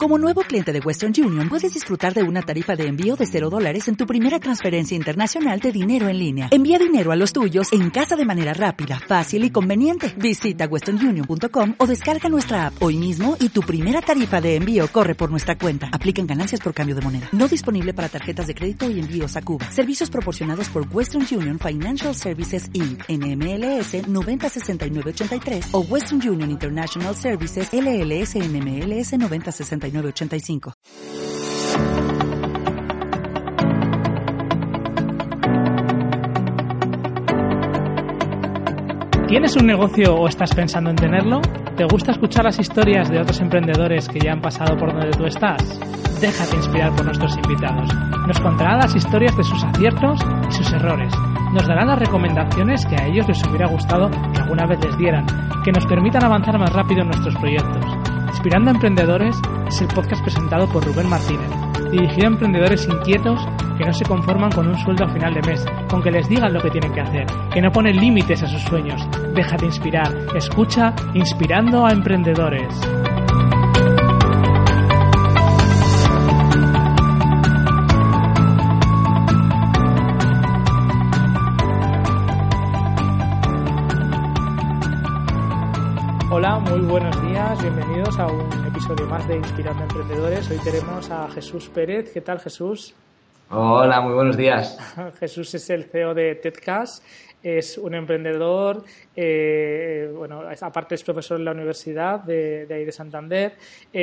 Como nuevo cliente de Western Union, puedes disfrutar de una tarifa de envío de $0 en tu primera transferencia internacional de dinero en línea. Envía dinero a los tuyos en casa de manera rápida, fácil y conveniente. Visita westernunion.com o descarga nuestra app hoy mismo y tu primera tarifa de envío corre por nuestra cuenta. Aplican ganancias por cambio de moneda. No disponible para tarjetas de crédito y envíos a Cuba. Servicios proporcionados por Western Union Financial Services Inc. NMLS 906983 o Western Union International Services LLS NMLS 906985. ¿Tienes un negocio o estás pensando en tenerlo? ¿Te gusta escuchar las historias de otros emprendedores que ya han pasado por donde tú estás? Déjate inspirar por nuestros invitados. Nos contarán las historias de sus aciertos y sus errores. Nos darán las recomendaciones que a ellos les hubiera gustado que alguna vez les dieran, que nos permitan avanzar más rápido en nuestros proyectos. Inspirando a Emprendedores es el podcast presentado por Rubén Martínez, dirigido a emprendedores inquietos que no se conforman con un sueldo a final de mes, con que les digan lo que tienen que hacer, que no ponen límites a sus sueños. Déjate inspirar. Escucha Inspirando a Emprendedores. Hola, muy buenos días, bienvenidos a un episodio más de Inspirando a Emprendedores. Hoy tenemos a Jesús Pérez. ¿Qué tal, Jesús? Hola, muy buenos días. Jesús es el CEO de TEDcast, es un emprendedor, aparte es profesor en la Universidad de ahí de Santander.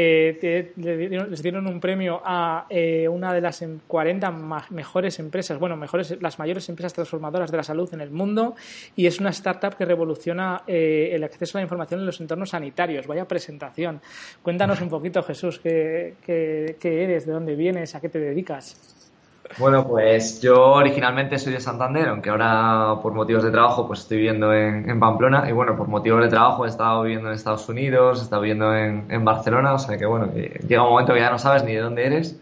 Les dieron un premio a una de las 40 mejores empresas, las mayores empresas transformadoras de la salud en el mundo, y es una startup que revoluciona el acceso a la información en los entornos sanitarios. Vaya presentación. Cuéntanos un poquito, Jesús, qué eres, de dónde vienes, a qué te dedicas. Bueno, pues yo originalmente soy de Santander, aunque ahora por motivos de trabajo pues estoy viviendo en Pamplona, y bueno, por motivos de trabajo he estado viviendo en Estados Unidos, he estado viviendo en Barcelona, o sea que bueno, que llega un momento que ya no sabes ni de dónde eres,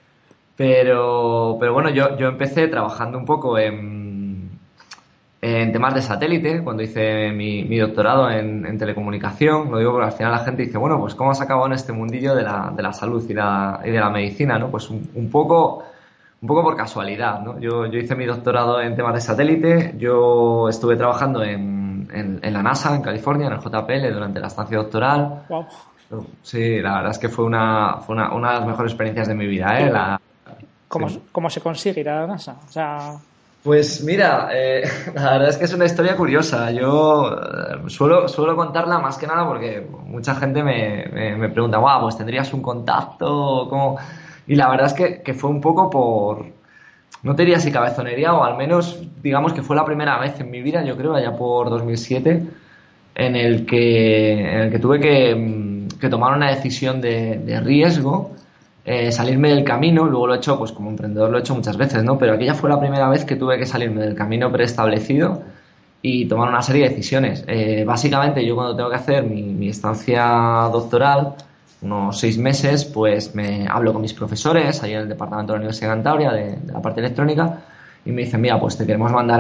pero bueno, yo empecé trabajando un poco en temas de satélite, cuando hice mi doctorado en telecomunicación. Lo digo porque al final la gente dice, bueno, pues ¿cómo has acabado en este mundillo de la salud y de la medicina, ¿no? Pues un poco por casualidad, ¿no? Yo hice mi doctorado en temas de satélite. Yo estuve trabajando en la NASA, en California, en el JPL, durante la estancia doctoral. Wow. Sí, la verdad es que fue una de las mejores experiencias de mi vida, ¿eh? ¿Cómo se consigue ir a la NASA? O sea... Pues mira, la verdad es que es una historia curiosa. Yo suelo contarla más que nada porque mucha gente me pregunta, guau, pues ¿tendrías un contacto? ¿Cómo...? Y la verdad es que fue un poco por, no te diría si cabezonería, o al menos digamos que fue la primera vez en mi vida, yo creo, allá por 2007, en el que tuve que tomar una decisión de riesgo, salirme del camino. Luego lo he hecho, pues como emprendedor lo he hecho muchas veces, ¿no? Pero aquella fue la primera vez que tuve que salirme del camino preestablecido y tomar una serie de decisiones. Básicamente yo cuando tengo que hacer mi estancia doctoral, unos 6 meses, pues me hablo con mis profesores ahí en el departamento de la Universidad de Cantabria, de la parte electrónica, y me dicen, mira, pues te queremos mandar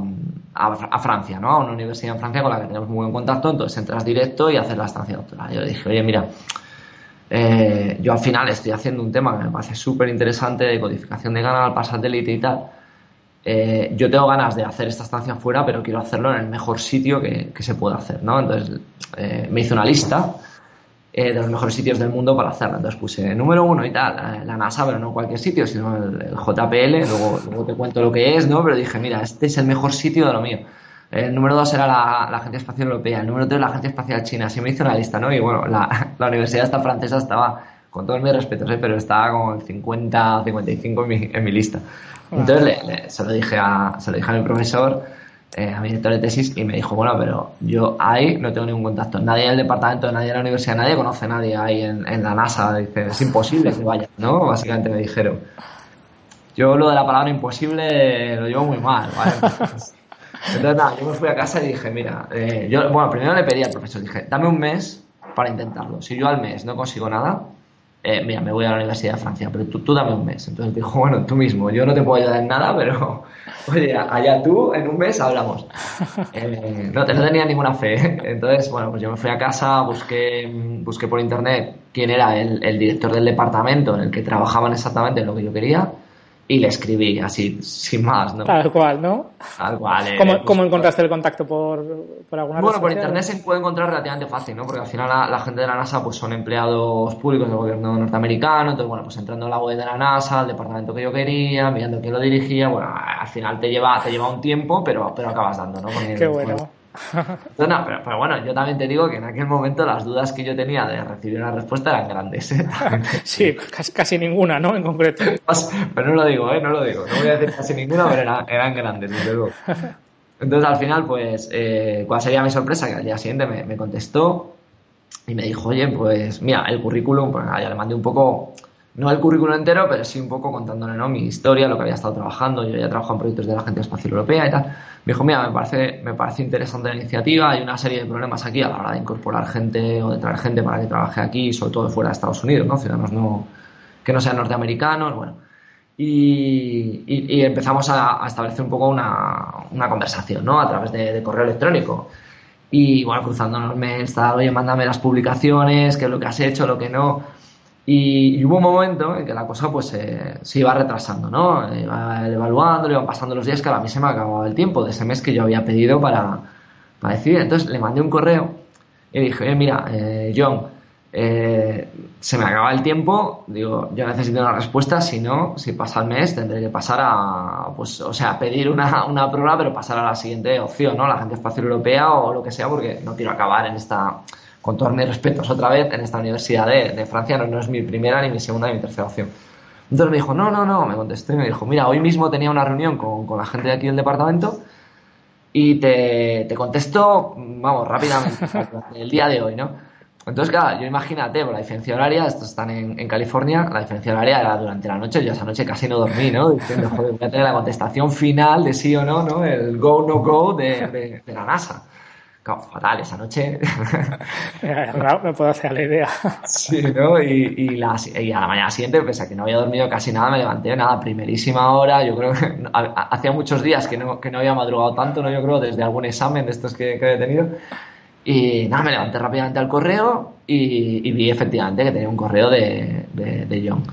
a Francia, ¿no? A una universidad en Francia con la que tenemos muy buen contacto, entonces entras directo y haces la estancia doctoral. Yo le dije, oye, mira, yo al final estoy haciendo un tema que me parece súper interesante de codificación de canal para satélite y tal. Yo tengo ganas de hacer esta estancia fuera, pero quiero hacerlo en el mejor sitio que se pueda hacer, ¿no? Entonces me hice una lista de los mejores sitios del mundo para hacerla. Entonces puse número 1 y tal, la NASA, pero no cualquier sitio, sino el JPL, luego te cuento lo que es, ¿no? Pero dije, mira, este es el mejor sitio de lo mío. El número 2 era la Agencia Espacial Europea, el número 3 la Agencia Espacial China. Así me hice una lista, ¿no? Y bueno, la universidad esta francesa estaba, con todos mis respetos, pero estaba como en 50, 55 en mi lista. Entonces se lo dije a mi profesor, a mi director de tesis, y me dijo, bueno, pero yo ahí no tengo ningún contacto, nadie en el departamento, nadie en la universidad, nadie conoce a nadie ahí en la NASA. Dice, es imposible que vaya, ¿no? Básicamente me dijeron. Yo lo de la palabra imposible lo llevo muy mal, ¿vale? Entonces nada, yo me fui a casa y dije, mira, primero le pedí al profesor, dije, dame un mes para intentarlo. Si yo al mes no consigo nada, mira, me voy a la Universidad de Francia, pero tú dame un mes. Entonces dijo, bueno, tú mismo, yo no te puedo ayudar en nada, pero oye, allá tú, en un mes hablamos. No tenía ninguna fe. Entonces, bueno, pues yo me fui a casa, busqué por internet quién era el director del departamento en el que trabajaban exactamente en lo que yo quería y le escribí así, sin más, ¿no? Tal cual, ¿no? Tal cual. ¿Cómo encontraste el contacto por alguna red Bueno, por social? internet se puede encontrar relativamente fácil, ¿no? Porque al final la gente de la NASA pues son empleados públicos del gobierno norteamericano, entonces bueno, pues entrando en la web de la NASA, al departamento que yo quería, mirando quién lo dirigía, bueno, al final te lleva un tiempo, pero acabas dando, ¿no? Qué bueno. Entonces, no, pero bueno, yo también te digo que en aquel momento las dudas que yo tenía de recibir una respuesta eran grandes, ¿eh? Sí, casi ninguna, ¿no? En concreto. Pero no lo digo, ¿eh? No lo digo. No voy a decir casi ninguna, pero eran grandes, desde luego. Entonces, al final, pues, ¿cuál sería mi sorpresa? Que al día siguiente me contestó y me dijo, oye, pues, mira, el currículum, pues ya le mandé un poco, no el currículum entero, pero sí un poco contándole, ¿no? Mi historia, lo que había estado trabajando. Yo ya trabajado en proyectos de la Agencia Espacial Europea y tal. Me dijo, mira, me parece interesante la iniciativa, hay una serie de problemas aquí a la hora de incorporar gente o de traer gente para que trabaje aquí, sobre todo fuera de Estados Unidos, ¿no? Ciudadanos que no sean norteamericanos, bueno. Y empezamos a establecer un poco una conversación, ¿no? A través de correo electrónico. Y bueno, cruzándonos mails, tal, oye, mándame las publicaciones, qué es lo que has hecho, lo que no. Y hubo un momento en que la cosa pues se iba retrasando, ¿no? Iba evaluando, le iban pasando los días, que a mí se me acababa el tiempo de ese mes que yo había pedido para decidir. Entonces le mandé un correo y dije, mira, John, se me acaba el tiempo, digo, yo necesito una respuesta, si no, si pasa el mes tendré que pasar a pedir una prórroga, pero pasar a la siguiente opción, ¿no? La Agencia Espacial Europea o lo que sea, porque no quiero acabar con todos mis respetos otra vez, en esta universidad de Francia, no es mi primera, ni mi segunda, ni mi tercera opción. Entonces me dijo, no, me contestó y me dijo, mira, hoy mismo tenía una reunión con la gente de aquí del departamento y te contesto, vamos, rápidamente, el día de hoy, ¿no? Entonces, claro, yo imagínate, por la diferencia horaria, estos están en California, la diferencia horaria era durante la noche, yo esa noche casi no dormí, ¿no? Diciendo, joder, voy a tener la contestación final de sí o no, ¿no? El go, no go de la NASA. Claro, fatal, esa noche. Me puedo hacer la idea. Sí, ¿no? Y a la mañana siguiente, pese a que no había dormido casi nada, me levanté, nada, primerísima hora. Yo creo que hacía muchos días que no había madrugado tanto, ¿no? Yo creo, desde algún examen de estos que había tenido. Y nada, me levanté rápidamente al correo y vi efectivamente que tenía un correo de John.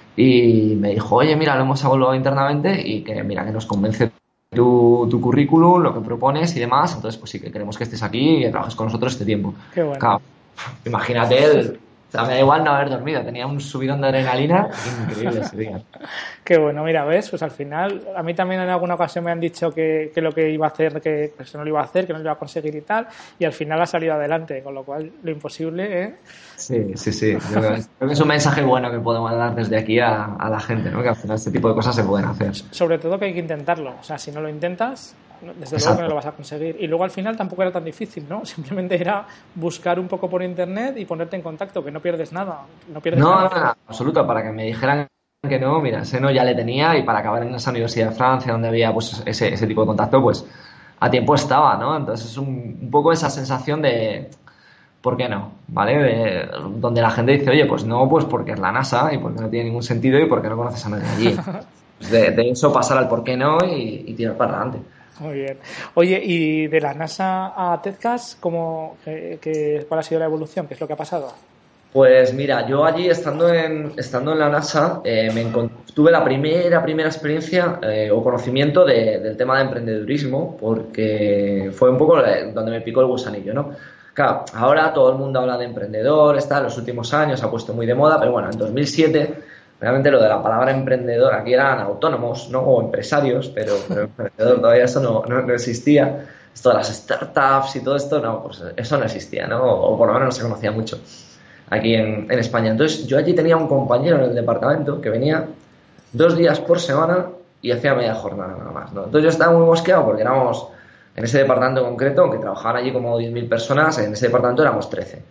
Y me dijo, oye, mira, lo hemos evaluado internamente y que, mira, que nos convence tu currículum, lo que propones y demás, entonces pues sí que queremos que estés aquí y que trabajes con nosotros este tiempo. Qué bueno. Claro, imagínate, o sea, me da igual no haber dormido, tenía un subidón de adrenalina increíble ese día. Qué bueno, mira, ves, pues al final, a mí también en alguna ocasión me han dicho que lo que iba a hacer, que pues no lo iba a hacer, que no lo iba a conseguir y tal, y al final ha salido adelante, con lo cual lo imposible, ¿eh? Sí. Yo creo que es un mensaje bueno que podemos dar desde aquí a la gente, ¿no? Que al final este tipo de cosas se pueden hacer. Sobre todo que hay que intentarlo, o sea, si no lo intentas, desde luego que no lo vas a conseguir. Y luego al final tampoco era tan difícil, ¿no? Simplemente era buscar un poco por internet y ponerte en contacto, que no pierdes nada. No, en absoluto, para que me dijeran que no, mira, ese no ya le tenía, y para acabar en esa universidad de Francia donde había pues ese tipo de contacto, pues a tiempo estaba, ¿no? Entonces es un poco esa sensación de ¿por qué no? ¿Vale? Donde la gente dice, oye, pues no, pues porque es la NASA y porque no tiene ningún sentido y porque no conoces a nadie allí. Pues de eso pasar al por qué no y tirar para adelante. Muy bien. Oye, y de la NASA a TEDcast, ¿cuál ha sido la evolución? ¿Qué es lo que ha pasado? Pues mira, yo allí estando en la NASA tuve la primera experiencia o conocimiento del tema de emprendedurismo, porque fue un poco donde me picó el gusanillo, ¿no? Claro, ahora todo el mundo habla de emprendedor, en los últimos años se ha puesto muy de moda, pero bueno, en 2007 realmente lo de la palabra emprendedor, aquí eran autónomos, ¿no? O empresarios, pero emprendedor todavía eso no existía. Esto de las startups y todo esto, no, pues eso no existía, ¿no? O por lo menos no se conocía mucho aquí en España. Entonces yo allí tenía un compañero en el departamento que venía 2 días por semana y hacía media jornada nada más, ¿no? Entonces yo estaba muy mosqueado porque éramos, en ese departamento concreto, aunque trabajaban allí como 10.000 personas, en ese departamento éramos 13.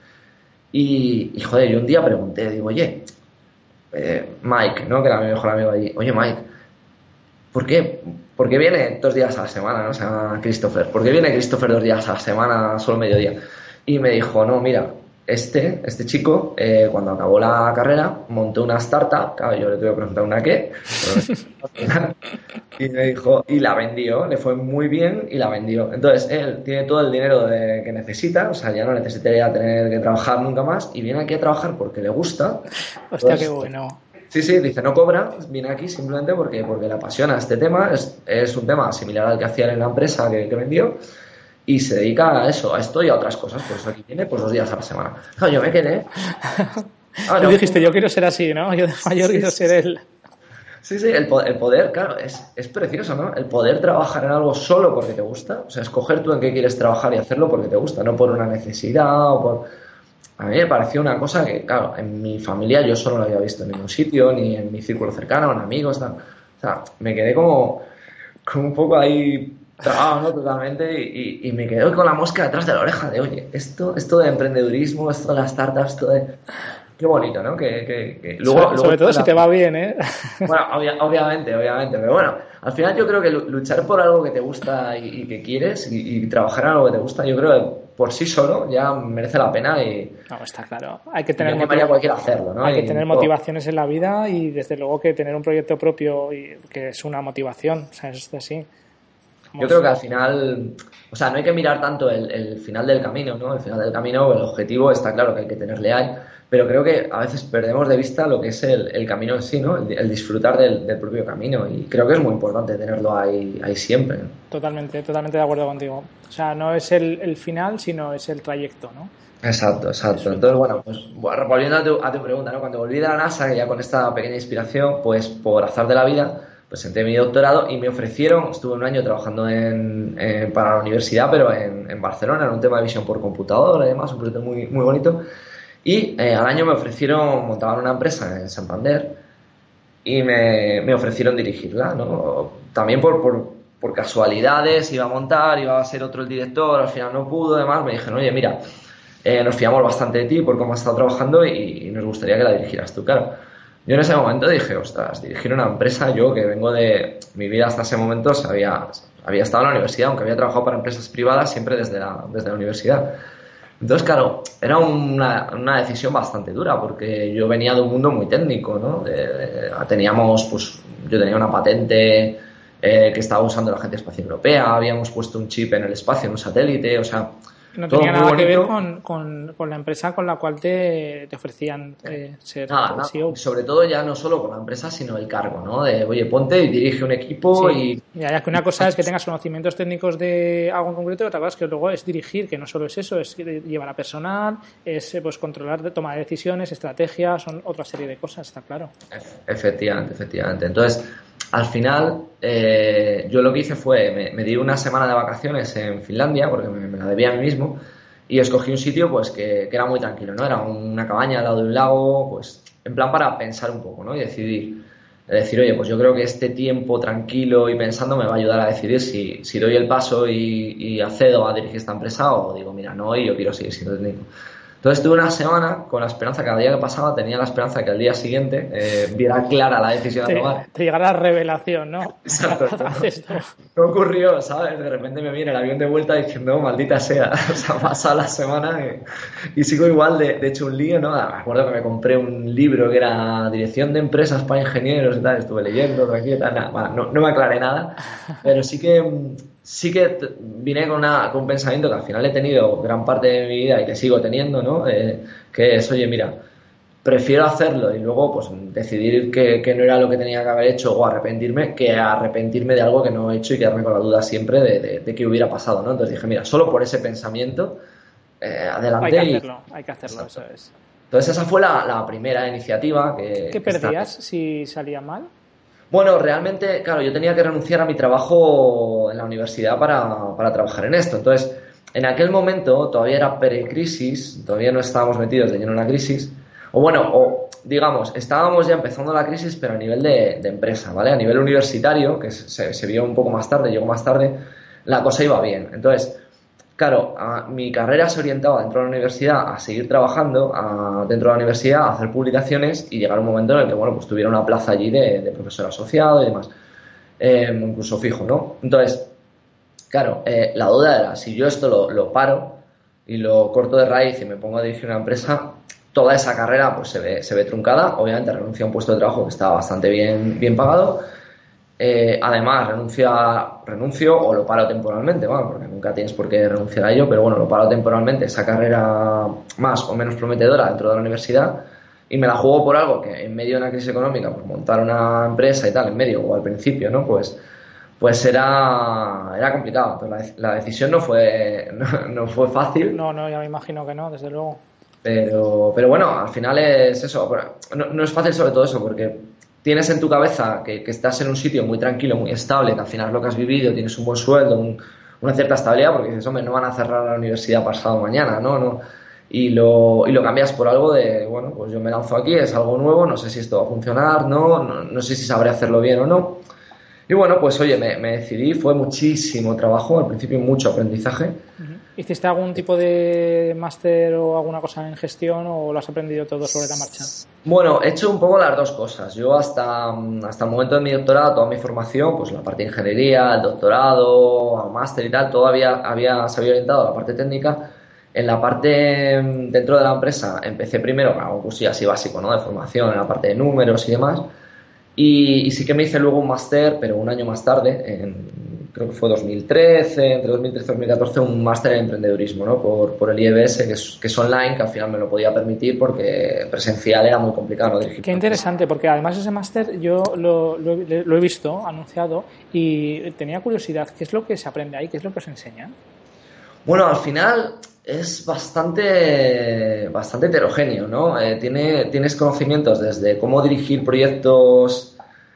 Y joder, yo un día pregunté, digo, oye, Mike, ¿no? Que era mi mejor amigo allí, oye Mike, ¿por qué viene 2 días a la semana, ¿no? O sea, Christopher, ¿por qué viene Christopher 2 días a la semana, solo mediodía? Y me dijo, no, mira, este chico, cuando acabó la carrera, montó una startup. Claro, yo le tuve que preguntar una qué, y me dijo, y la vendió, le fue muy bien y la vendió. Entonces, él tiene todo el dinero que necesita, o sea, ya no necesitaría tener que trabajar nunca más, y viene aquí a trabajar porque le gusta. Hostia, qué bueno. Sí, dice, no cobra, viene aquí simplemente porque le apasiona este tema, es un tema similar al que hacía en la empresa que vendió, y se dedica a eso, a esto y a otras cosas. Pues aquí viene pues 2 días a la semana. No, yo me quedé. Tú dijiste, yo quiero ser así, ¿no? Yo de mayor quiero ser él. Sí, el poder, claro, es precioso, ¿no? El poder trabajar en algo solo porque te gusta, o sea, escoger tú en qué quieres trabajar y hacerlo porque te gusta, no por una necesidad o por... A mí me pareció una cosa que, claro, en mi familia yo solo no lo había visto en ningún sitio, ni en mi círculo cercano, en amigos, tal. O sea, me quedé como un poco ahí trabado, ¿no? Totalmente, y me quedé con la mosca detrás de la oreja de, oye, esto de emprendedurismo, esto de las startups, esto de... Qué bonito, ¿no? Que luego, sobre todo si te va bien, ¿eh? Bueno, obviamente, pero bueno, al final yo creo que luchar por algo que te gusta y que quieres y trabajar en algo que te gusta, yo creo que por sí solo ya merece la pena y... No, está claro. Hay que tener cualquiera hacerlo, ¿no? Hay que tener motivaciones en la vida y desde luego que tener un proyecto propio y que es una motivación, o sea, es así. Yo creo que al final, o sea, no hay que mirar tanto el final del camino, ¿no? El final del camino, el objetivo está claro que hay que tenerle ahí, pero creo que a veces perdemos de vista lo que es el camino en sí, ¿no? El disfrutar del propio camino, y creo que es muy importante tenerlo ahí siempre, ¿no? Totalmente de acuerdo contigo. O sea, no es el final, sino es el trayecto, ¿no? Exacto. Entonces, bueno, pues volviendo a tu pregunta, ¿no? Cuando volví de la NASA, que ya con esta pequeña inspiración, pues por azar de la vida, presenté mi doctorado y me ofrecieron, estuve un año trabajando para la universidad, pero en Barcelona, en un tema de visión por computadora y demás, un proyecto muy, muy bonito. Y al año me ofrecieron, montaban una empresa en Santander y me ofrecieron dirigirla, ¿no? También por casualidades, iba a ser otro el director, al final no pudo, además me dijeron, oye, mira, nos fiamos bastante de ti por cómo has estado trabajando y nos gustaría que la dirigieras tú, claro. Yo en ese momento dije, ostras, dirigir una empresa, yo que vengo de mi vida hasta ese momento, había estado en la universidad, aunque había trabajado para empresas privadas, siempre desde la universidad. Entonces, claro, era una decisión bastante dura, porque yo venía de un mundo muy técnico, ¿no? Yo tenía una patente que estaba usando la Agencia Espacial Europea, habíamos puesto un chip en el espacio, en un satélite, o sea... No tenía nada que ver con la empresa con la cual te ofrecían ser CEO. Sobre todo ya no solo con la empresa, sino el cargo, ¿no? De, oye, ponte y dirige un equipo y... Ya es que una cosa es que tengas conocimientos técnicos de algo en concreto y otra cosa es que luego es dirigir, que no solo es eso, es llevar a personal, es pues controlar, tomar decisiones, estrategias, son otra serie de cosas, está claro. Efectivamente. Entonces, al final, yo lo que hice fue, me di una semana de vacaciones en Finlandia, porque me la debía a mí mismo, y escogí un sitio pues que era muy tranquilo, ¿no? Era una cabaña al lado de un lago, pues en plan para pensar un poco, ¿no? Y decir, oye, pues yo creo que este tiempo tranquilo y pensando me va a ayudar a decidir si doy el paso y accedo a dirigir esta empresa o digo, mira, no, y yo quiero seguir siendo técnico. Entonces tuve una semana con la esperanza, cada día que pasaba tenía la esperanza que al día siguiente viera clara la decisión a tomar. Te llegara la revelación, ¿no? Exacto. ¿Qué ocurrió? ¿Sabes? De repente me viene el avión de vuelta diciendo, maldita sea, o sea, pasa la semana y sigo igual de hecho un lío, ¿no? Me acuerdo que me compré un libro que era Dirección de Empresas para Ingenieros y tal, estuve leyendo, tranquilo, no me aclaré nada, pero sí que vine con un pensamiento que al final he tenido gran parte de mi vida y que sigo teniendo, ¿no? Que es, oye, mira, prefiero hacerlo y luego pues decidir que no era lo que tenía que haber hecho o arrepentirme, que arrepentirme de algo que no he hecho y quedarme con la duda siempre de qué hubiera pasado, ¿no? Entonces dije, mira, solo por ese pensamiento, adelante. Hay que hacerlo, eso es. Entonces esa fue la primera iniciativa que... ¿Qué perdías si salía mal? Bueno, realmente, claro, yo tenía que renunciar a mi trabajo en la universidad para trabajar en esto. Entonces, en aquel momento todavía era pre-crisis, todavía no estábamos metidos de lleno en la crisis. O digamos, estábamos ya empezando la crisis, pero a nivel de empresa, ¿vale? A nivel universitario, que se vio un poco más tarde, llegó más tarde, la cosa iba bien. Entonces, claro, mi carrera se orientaba dentro de la universidad a seguir trabajando dentro de la universidad, a hacer publicaciones y llegar un momento en el que, bueno, pues tuviera una plaza allí de profesor asociado y demás, incluso fijo, ¿no? Entonces, claro, la duda era, si yo esto lo paro y lo corto de raíz y me pongo a dirigir una empresa, toda esa carrera pues se ve truncada. Obviamente renuncio a un puesto de trabajo que estaba bastante bien pagado. Además, renuncio o lo paro temporalmente, bueno, porque nunca tienes por qué renunciar a ello, pero bueno, lo paro temporalmente, esa carrera más o menos prometedora dentro de la universidad, y me la juego por algo que en medio de una crisis económica, pues montar una empresa y tal, en medio o al principio, ¿no? Pues era complicado. Entonces, la decisión no fue fácil. No, ya me imagino que no, desde luego. Pero bueno, al final es eso. No es fácil sobre todo eso, porque tienes en tu cabeza que estás en un sitio muy tranquilo, muy estable, que al final es lo que has vivido, tienes un buen sueldo, una cierta estabilidad, porque dices, hombre, no van a cerrar la universidad pasado mañana, ¿no? Y lo cambias por algo de, bueno, pues yo me lanzo aquí, es algo nuevo, no sé si esto va a funcionar, no sé si sabré hacerlo bien o no. Y bueno, pues oye, me decidí, fue muchísimo trabajo, al principio mucho aprendizaje. ¿Hiciste algún tipo de máster o alguna cosa en gestión o lo has aprendido todo sobre la marcha? Bueno, he hecho un poco las dos cosas. Yo hasta el momento de mi doctorado, toda mi formación, pues la parte de ingeniería, el doctorado, el máster y tal, se había orientado a la parte técnica. En la parte dentro de la empresa empecé primero con algo así básico, ¿no? De formación, en la parte de números y demás. Y sí que me hice luego un máster, pero un año más tarde, creo que fue 2013, entre 2013 y 2014, un máster en emprendedurismo, ¿no? Por el IEBS, que es online, que al final me lo podía permitir porque presencial era muy complicado, ¿no? Dirigir. Qué interesante, porque además ese máster yo lo he visto anunciado y tenía curiosidad. ¿Qué es lo que se aprende ahí? ¿Qué es lo que os enseñan? Bueno, al final es bastante heterogéneo, ¿no? Tienes conocimientos desde cómo dirigir proyectos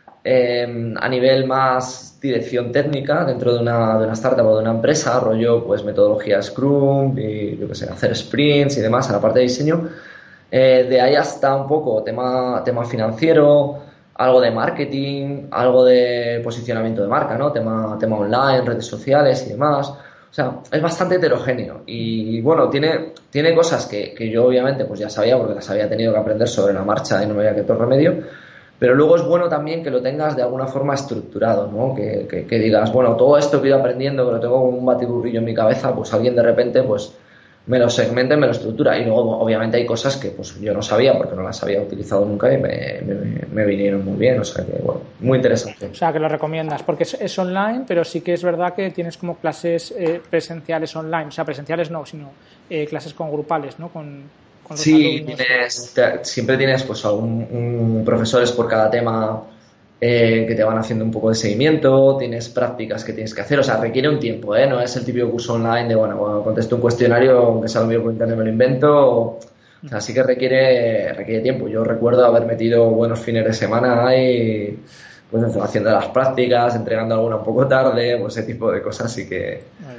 a nivel más dirección técnica dentro de una startup o de una empresa, rollo pues metodología Scrum y yo qué sé, hacer sprints y demás en la parte de diseño. De ahí hasta un poco tema financiero, algo de marketing, algo de posicionamiento de marca, ¿no? Tema online, redes sociales y demás. O sea, es bastante heterogéneo y bueno, tiene cosas que yo obviamente pues ya sabía porque las había tenido que aprender sobre la marcha y no me había quedado remedio, pero luego es bueno también que lo tengas de alguna forma estructurado, ¿no? Que digas, bueno, todo esto que he ido aprendiendo, que lo tengo como un batiburrillo en mi cabeza, pues alguien de repente pues me lo segmenta y me lo estructura. Y luego obviamente hay cosas que pues yo no sabía porque no las había utilizado nunca y me vinieron muy bien, o sea que bueno, muy interesante. O sea que lo recomiendas porque es online, pero sí que es verdad que tienes como clases presenciales online, o sea presenciales no, sino clases con grupales, ¿no? Con los alumnos. Siempre tienes pues un profesores por cada tema que te van haciendo un poco de seguimiento, tienes prácticas que tienes que hacer, o sea, requiere un tiempo, no es el típico curso online de, bueno, contesto un cuestionario, aunque sea lo mío por internet me lo invento, o sea, sí que requiere tiempo. Yo recuerdo haber metido buenos fines de semana y pues eso, haciendo las prácticas, entregando alguna un poco tarde, pues ese tipo de cosas sí que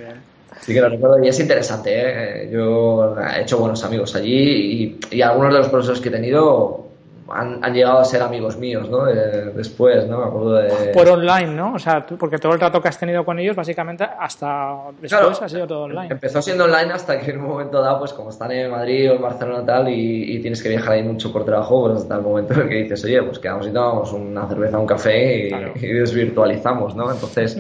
lo recuerdo y es interesante, Yo he hecho buenos amigos allí y algunos de los profesores que he tenido han llegado a ser amigos míos, ¿no? Después, ¿no? Me acuerdo de... Por online, ¿no? O sea, porque todo el rato que has tenido con ellos, básicamente, hasta después ha sido todo online. Empezó siendo online hasta que en un momento dado, pues como están en Madrid o en Barcelona tal y tienes que viajar ahí mucho por trabajo, pues hasta el momento en el que dices, oye, pues quedamos y tomamos una cerveza, un café y desvirtualizamos, ¿no? Entonces...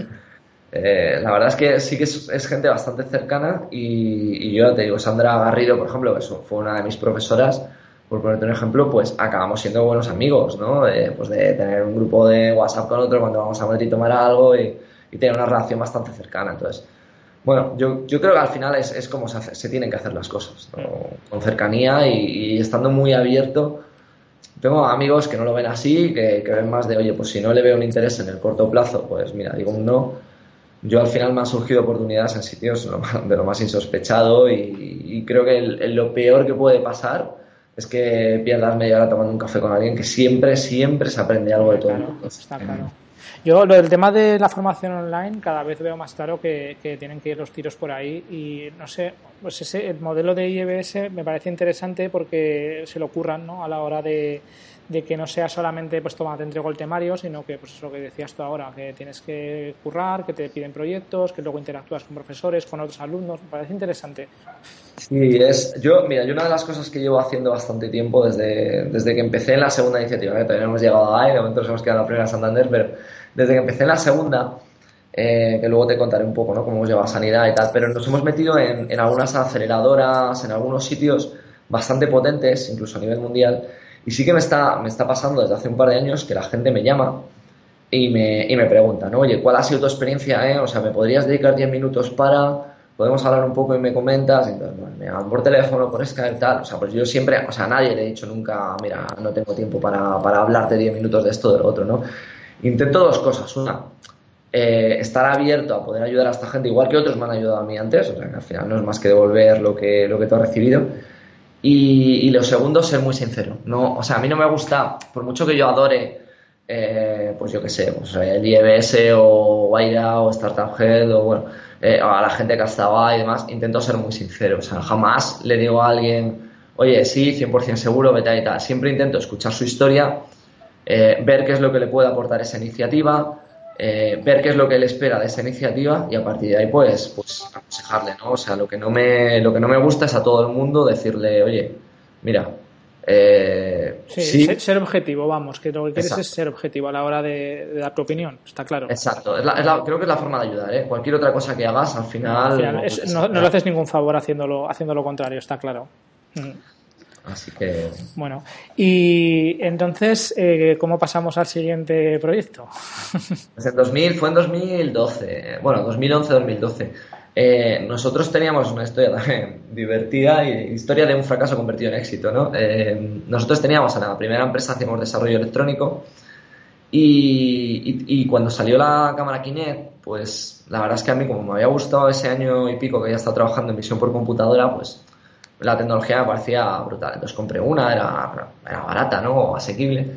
la verdad es que sí que es gente bastante cercana y yo te digo, Sandra Garrido, por ejemplo, que fue una de mis profesoras, por ponerte un ejemplo, pues acabamos siendo buenos amigos, ¿no? Pues de tener un grupo de WhatsApp con otro cuando vamos a Madrid a tomar algo y tener una relación bastante cercana. Entonces, bueno, yo creo que al final es como se tienen que hacer las cosas, ¿no? Con cercanía y estando muy abierto. Tengo amigos que no lo ven así, que ven más de, oye, pues si no le veo un interés en el corto plazo, pues mira, digo un no. Yo al final me han surgido oportunidades en sitios de lo más insospechado y creo que lo peor que puede pasar es que pierdas media hora tomando un café con alguien que siempre se aprende algo de todo. Claro, está claro. Yo lo del tema de la formación online cada vez veo más claro que tienen que ir los tiros por ahí y no sé, pues el modelo de IEBS me parece interesante porque se lo curran, ¿no? A la hora de que no sea solamente pues toma, te entrego el temario, sino que pues es lo que decías tú ahora, que tienes que currar, que te piden proyectos, que luego interactúas con profesores, con otros alumnos, me parece interesante. Sí, yo una de las cosas que llevo haciendo bastante tiempo desde que empecé en la segunda iniciativa, que todavía no hemos llegado ahí, de momento nos hemos quedado en la primera Santander, pero desde que empecé en la segunda, que luego te contaré un poco, ¿no? Cómo hemos llevado sanidad y tal, pero nos hemos metido en algunas aceleradoras, en algunos sitios bastante potentes, incluso a nivel mundial, y sí que me está pasando desde hace un par de años que la gente me llama y me pregunta, ¿no? Oye, ¿cuál ha sido tu experiencia, O sea, ¿me podrías dedicar 10 minutos podemos hablar un poco y me comentas? Entonces, bueno, me llaman por teléfono, por Skype, tal. O sea, pues yo siempre, o sea, a nadie le he dicho nunca, mira, no tengo tiempo para hablarte 10 minutos de esto o de lo otro, ¿no? Intento dos cosas. Una, estar abierto a poder ayudar a esta gente, igual que otros me han ayudado a mí antes, o sea, que al final no es más que devolver lo que tú has recibido. Y lo segundo, ser muy sincero. No, o sea, a mí no me gusta, por mucho que yo adore, pues yo qué sé, pues, el IEBS o Guaira o Startup Head o bueno, a la gente que ha estado ahí y demás, intento ser muy sincero. O sea, jamás le digo a alguien, oye, sí, 100% seguro, vete ahí y tal. Siempre intento escuchar su historia, ver qué es lo que le puede aportar esa iniciativa, ver qué es lo que él espera de esa iniciativa y a partir de ahí pues aconsejarle, ¿no? O sea, lo que no me gusta es a todo el mundo decirle, oye, mira, sí, ser objetivo, vamos, que lo que quieres Exacto. es ser objetivo a la hora de dar tu opinión, está claro. Exacto, creo que es la forma de ayudar, ¿eh? Cualquier otra cosa que hagas, al final no le haces ningún favor haciendo lo contrario, está claro. Así que... Bueno, y entonces, ¿cómo pasamos al siguiente proyecto? Pues fue en 2012, bueno, 2011-2012. Nosotros teníamos una historia también divertida y historia de un fracaso convertido en éxito, ¿no? Nosotros teníamos, en la primera empresa hacíamos desarrollo electrónico y cuando salió la cámara Kinect, pues la verdad es que a mí, como me había gustado ese año y pico que ya estaba trabajando en visión por computadora, pues la tecnología me parecía brutal. Entonces compré una, era barata, ¿no? Asequible.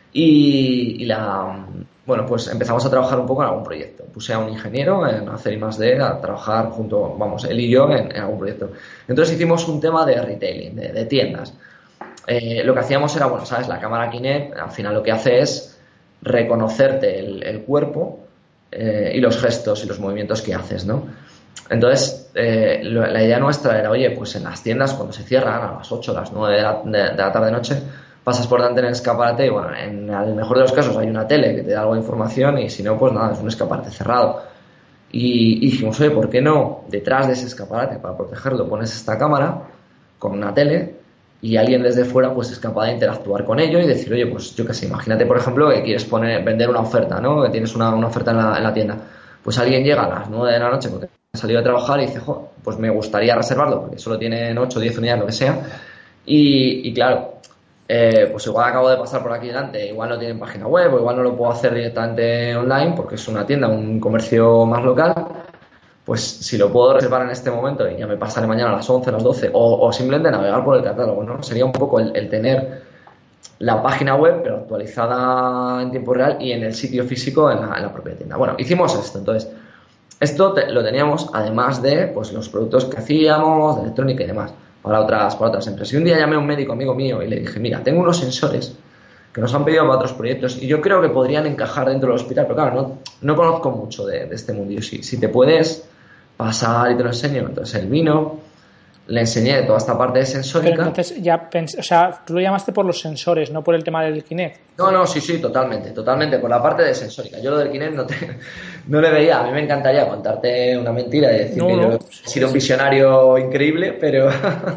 Bueno, pues empezamos a trabajar un poco en algún proyecto. Puse a un ingeniero en hacer I+D a trabajar junto, vamos, él y yo en algún proyecto. Entonces hicimos un tema de retailing, de tiendas. Lo que hacíamos era, bueno, ¿sabes? La cámara Kinect al final lo que hace es reconocerte el cuerpo y los gestos y los movimientos que haces, ¿no? Entonces, la idea nuestra era, oye, pues en las tiendas cuando se cierran a las 8, a las 9 de la tarde-noche, pasas por delante en el escaparate y, bueno, en el mejor de los casos hay una tele que te da algo de información y si no, pues nada, es un escaparate cerrado. Y dijimos, oye, ¿por qué no detrás de ese escaparate, para protegerlo, pones esta cámara con una tele y alguien desde fuera pues es capaz de interactuar con ello y decir, oye, pues yo qué sé, imagínate, por ejemplo, que quieres vender una oferta, ¿no? Que tienes una oferta en la tienda. Pues alguien llega a las 9 de la noche porque ha salido a trabajar y dice, pues me gustaría reservarlo porque solo tienen 8 o 10 unidades, lo que sea. Y claro, pues igual acabo de pasar por aquí delante, igual no tienen página web o igual no lo puedo hacer directamente online porque es una tienda, un comercio más local. Pues si lo puedo reservar en este momento y ya me pasaré mañana a las 11, a las 12 o simplemente navegar por el catálogo, ¿no? Sería un poco el tener la página web pero actualizada en tiempo real y en el sitio físico en la propia tienda. Bueno, hicimos esto. Entonces, esto lo teníamos además de pues los productos que hacíamos, de electrónica y demás, para otras empresas. Y un día llamé a un médico amigo mío y le dije, mira, tengo unos sensores que nos han pedido para otros proyectos y yo creo que podrían encajar dentro del hospital, pero claro, no conozco mucho de este mundillo. Si te puedes pasar y te lo enseño. Entonces él vino, le enseñé toda esta parte de sensórica. Pero entonces ya o sea, tú lo llamaste por los sensores, no por el tema del Kinect. No, sí, totalmente, por la parte de sensórica. Yo lo del Kinect no le veía. A mí me encantaría contarte una mentira y decir que yo he sido un visionario increíble, pero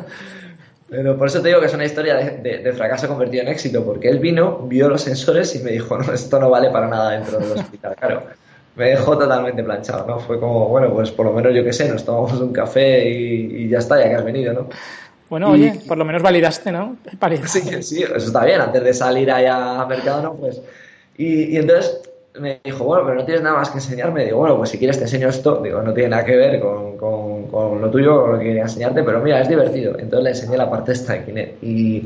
por eso te digo que es una historia de fracaso convertido en éxito, porque él vino, vio los sensores y me dijo, no, esto no vale para nada dentro del hospital. Claro, me dejó totalmente planchado, ¿no? Fue como, bueno, pues por lo menos yo qué sé, nos tomamos un café y ya está, ya que has venido, ¿no? Bueno, oye, por lo menos validaste, ¿no? Sí, eso está bien, antes de salir allá al mercado, ¿no? Pues, y entonces me dijo, bueno, pero no tienes nada más que enseñarme. Digo, bueno, pues si quieres te enseño esto. Digo, no tiene nada que ver con lo tuyo, con lo que quería enseñarte, pero mira, es divertido. Entonces le enseñé la parte esta de Kinect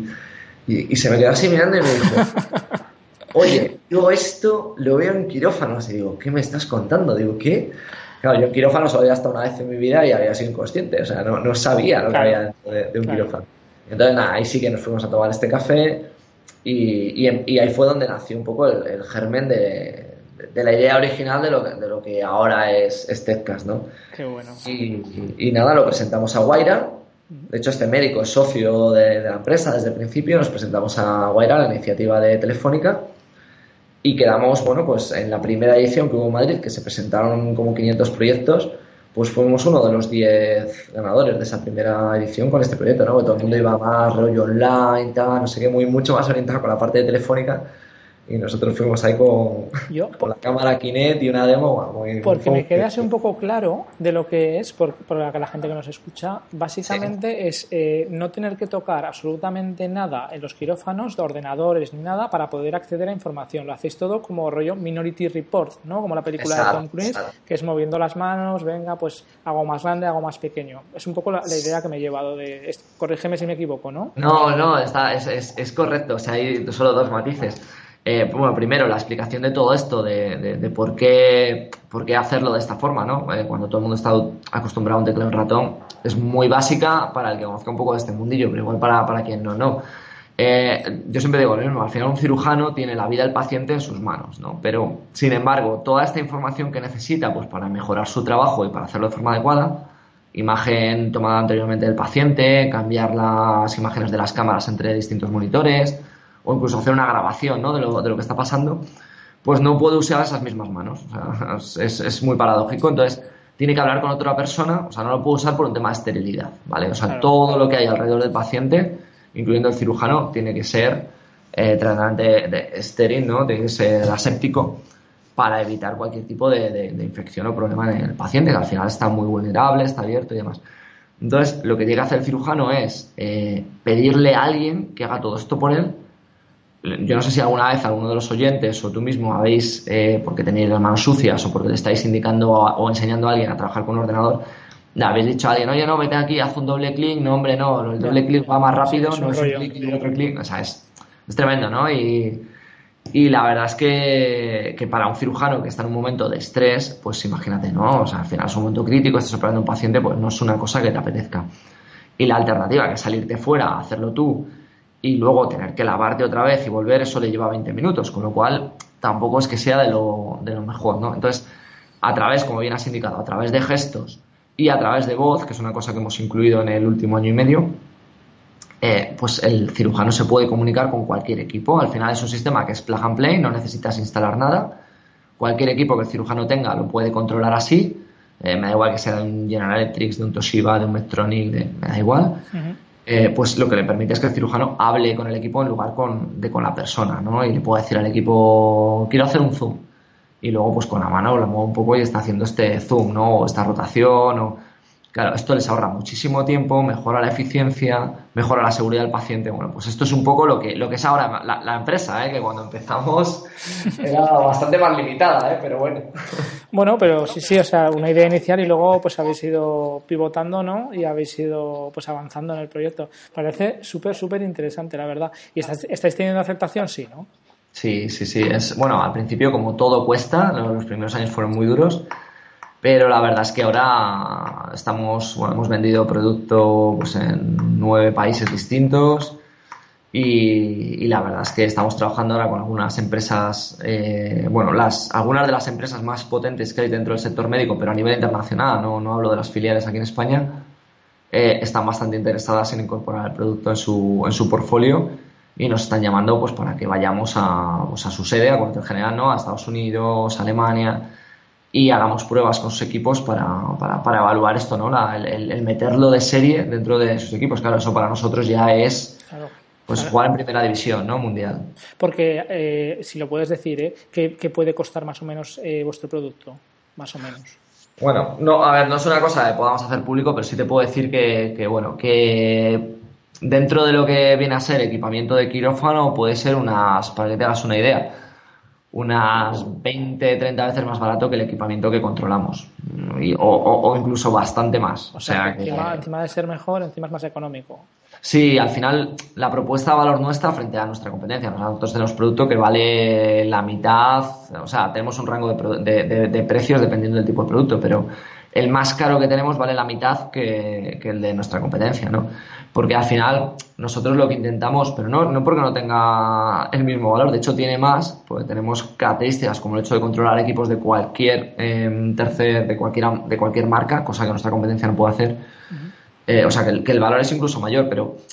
y se me quedó así mirando y me dijo, oye, yo esto lo veo en quirófanos. Y digo, ¿qué me estás contando? Digo, ¿qué? Claro, yo en quirófanos había estado una vez en mi vida y había sido inconsciente, o sea, no sabía lo que había dentro de un quirófano. Entonces, nada, ahí sí que nos fuimos a tomar este café y ahí fue donde nació un poco el germen de la idea original de lo que ahora es TEDcast, ¿no? Qué bueno. Y nada, lo presentamos a Guaira. De hecho, este médico es socio de la empresa desde el principio. Nos presentamos a Guaira, la iniciativa de Telefónica. y quedamos, bueno, pues en la primera edición que hubo en Madrid, que se presentaron como 500 proyectos, pues fuimos uno de los 10 ganadores de esa primera edición con este proyecto, ¿no? Que todo el mundo iba más rollo online, tal, no sé qué, mucho más orientado con la parte de telefónica. Y nosotros fuimos ahí con la cámara Kinect y una demo. Porque me quede así un poco claro de lo que es, por la gente que nos escucha, básicamente es no tener que tocar absolutamente nada en los quirófanos, de ordenadores ni nada, para poder acceder a información. Lo hacéis todo como rollo Minority Report, ¿no? Como la película de Tom Cruise, que es moviendo las manos, venga, pues hago más grande, hago más pequeño. Es un poco la idea que me he llevado de... Corrígeme si me equivoco, ¿no? No, es correcto. O sea, hay solo dos matices. Bueno, primero, la explicación de todo esto, de por qué hacerlo de esta forma, ¿no? Cuando todo el mundo está acostumbrado a un teclado y un ratón, es muy básica para el que conozca un poco de este mundillo, pero igual para quien no. Yo siempre digo lo mismo, al final un cirujano tiene la vida del paciente en sus manos, ¿no? Pero, sin embargo, toda esta información que necesita, pues para mejorar su trabajo y para hacerlo de forma adecuada, imagen tomada anteriormente del paciente, cambiar las imágenes de las cámaras entre distintos monitores, o incluso hacer una grabación, ¿no? de lo que está pasando, pues no puede usar esas mismas manos. O sea, es muy paradójico. Entonces, tiene que hablar con otra persona, o sea, no lo puede usar por un tema de esterilidad, ¿vale? O sea, claro, todo lo que hay alrededor del paciente, incluyendo el cirujano, tiene que ser tratamente estéril, ¿no? Tiene que ser aséptico para evitar cualquier tipo de infección o problema en el paciente, que al final está muy vulnerable, está abierto y demás. Entonces, lo que tiene que hacer el cirujano es pedirle a alguien que haga todo esto por él. Yo no sé si alguna vez alguno de los oyentes o tú mismo habéis, porque tenéis las manos sucias o porque le estáis indicando o enseñando a alguien a trabajar con un ordenador, le habéis dicho a alguien, oye, no, vete aquí, haz un doble clic. No, hombre, no, el doble clic va más rápido, no es un clic y otro clic. O sea, es tremendo, ¿no? Y la verdad es que para un cirujano que está en un momento de estrés, pues imagínate, ¿no? O sea, al final es un momento crítico, estás operando a un paciente, pues no es una cosa que te apetezca. Y la alternativa, que es salirte fuera, hacerlo tú, y luego tener que lavarte otra vez y volver, eso le lleva 20 minutos, con lo cual tampoco es que sea de lo mejor, ¿no? Entonces, a través, como bien has indicado, a través de gestos y a través de voz, que es una cosa que hemos incluido en el último año y medio, pues el cirujano se puede comunicar con cualquier equipo. Al final es un sistema que es plug and play, no necesitas instalar nada. Cualquier equipo que el cirujano tenga lo puede controlar así. Me da igual que sea de un General Electric, de un Toshiba, de un Medtronic, me da igual. Uh-huh. Pues lo que le permite es que el cirujano hable con el equipo en lugar con la persona, ¿no? Y le puede decir al equipo, quiero hacer un zoom. Y luego, pues con la mano lo mueve un poco y está haciendo este zoom, ¿no? O esta rotación. Claro, esto les ahorra muchísimo tiempo, mejora la eficiencia, mejora la seguridad del paciente. Bueno, pues esto es un poco lo que es ahora la empresa, que cuando empezamos era bastante más limitada, pero bueno. Bueno, pero sí, o sea, una idea inicial y luego pues habéis ido pivotando, ¿no? Y habéis ido pues avanzando en el proyecto. Parece súper interesante, la verdad. ¿Y estáis teniendo aceptación? Sí, ¿no? Sí. Bueno, al principio, como todo cuesta, los primeros años fueron muy duros. Pero la verdad es que ahora hemos vendido producto pues en 9 países distintos y la verdad es que estamos trabajando ahora con algunas empresas, algunas de las empresas más potentes que hay dentro del sector médico, pero a nivel internacional, no hablo de las filiales aquí en España, están bastante interesadas en incorporar el producto en su portfolio y nos están llamando pues para que vayamos a su sede, a cuartel general, ¿no? A Estados Unidos, Alemania, y hagamos pruebas con sus equipos para evaluar esto, ¿no? El meterlo de serie dentro de sus equipos. Claro, eso para nosotros ya es jugar en primera división, ¿no? Mundial. Porque, si lo puedes decir, ¿qué puede costar más o menos vuestro producto? Más o menos. Bueno, no es una cosa que podamos hacer público, pero sí te puedo decir que dentro de lo que viene a ser equipamiento de quirófano puede ser para que te hagas una idea, unas 20-30 veces más barato que el equipamiento que controlamos o incluso bastante más. O sea que encima de ser mejor, encima es más económico. Sí, al final la propuesta de valor nuestra frente a nuestra competencia. Nosotros tenemos producto que vale la mitad, o sea, tenemos un rango de precios dependiendo del tipo de producto, pero el más caro que tenemos vale la mitad que el de nuestra competencia, ¿no? Porque al final nosotros lo que intentamos, pero no porque no tenga el mismo valor, de hecho tiene más, porque tenemos características como el hecho de controlar equipos de cualquier de cualquier marca, cosa que nuestra competencia no puede hacer. Uh-huh. O sea que el valor es incluso mayor, pero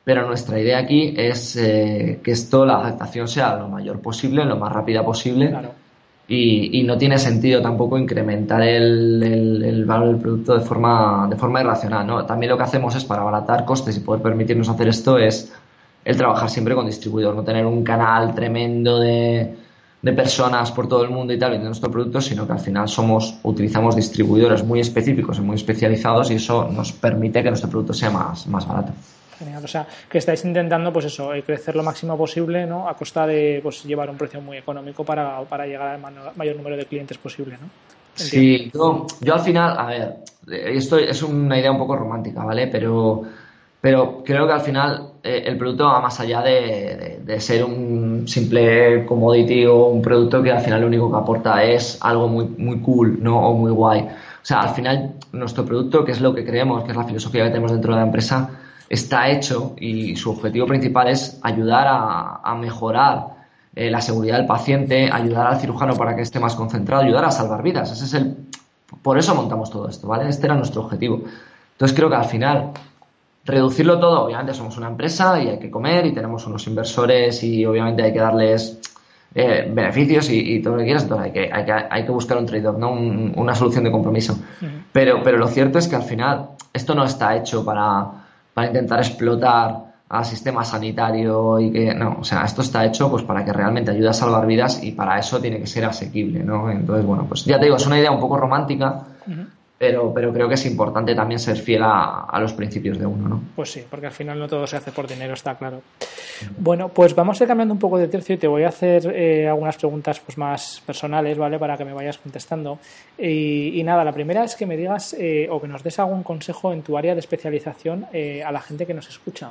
pero nuestra idea aquí es que esto, la aceptación sea lo mayor posible, lo más rápida posible. Claro. Y no tiene sentido tampoco incrementar el valor del producto de forma irracional, ¿no? También lo que hacemos es, para abaratar costes y poder permitirnos hacer esto, es el trabajar siempre con distribuidor, no tener un canal tremendo de personas por todo el mundo y tal vendiendo nuestro producto, sino que al final utilizamos distribuidores muy específicos y muy especializados, y eso nos permite que nuestro producto sea más barato. Genial, o sea, que estáis intentando, pues eso, crecer lo máximo posible, ¿no? A costa de, pues, llevar un precio muy económico para llegar al mayor número de clientes posible, ¿no? Sí, yo al final, a ver, esto es una idea un poco romántica, ¿vale? Pero creo que al final el producto va más allá de ser un simple commodity o un producto que al final lo único que aporta es algo muy, muy cool, ¿no? O muy guay. O sea, al final nuestro producto, que es lo que creemos, que es la filosofía que tenemos dentro de la empresa, está hecho, y su objetivo principal es ayudar a mejorar la seguridad del paciente, ayudar al cirujano para que esté más concentrado, ayudar a salvar vidas. Por eso montamos todo esto, ¿vale? Este era nuestro objetivo. Entonces creo que al final reducirlo todo, obviamente somos una empresa y hay que comer y tenemos unos inversores y obviamente hay que darles beneficios y todo lo que quieras, entonces hay que buscar un trade-off, ¿no? Una solución de compromiso. Pero lo cierto es que al final esto no está hecho para intentar explotar al sistema sanitario o sea, esto está hecho pues para que realmente ayude a salvar vidas, y para eso tiene que ser asequible, ¿no? Entonces, bueno, pues ya te digo, es una idea un poco romántica, pero creo que es importante también ser fiel a los principios de uno, ¿no? Pues sí, porque al final no todo se hace por dinero, está claro. Bueno, pues vamos a ir cambiando un poco de tercio y te voy a hacer algunas preguntas pues más personales, ¿vale? Para que me vayas contestando. Y nada, la primera es que me digas o que nos des algún consejo en tu área de especialización a la gente que nos escucha.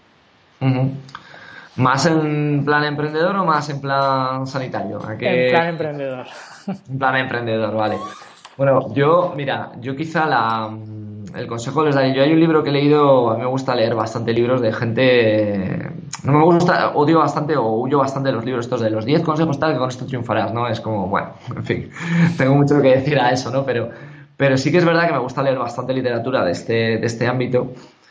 ¿Más en plan emprendedor o más en plan sanitario? En plan emprendedor. En plan emprendedor, vale. Bueno, yo quizá el consejo les daría. Yo hay un libro que he leído, a mí me gusta leer bastante libros de gente. No me gusta, odio bastante o huyo bastante de los libros estos de los 10 consejos tal que con esto triunfarás, ¿no? Es como, bueno, en fin, tengo mucho que decir a eso, ¿no? Pero sí que es verdad que me gusta leer bastante literatura de este ámbito.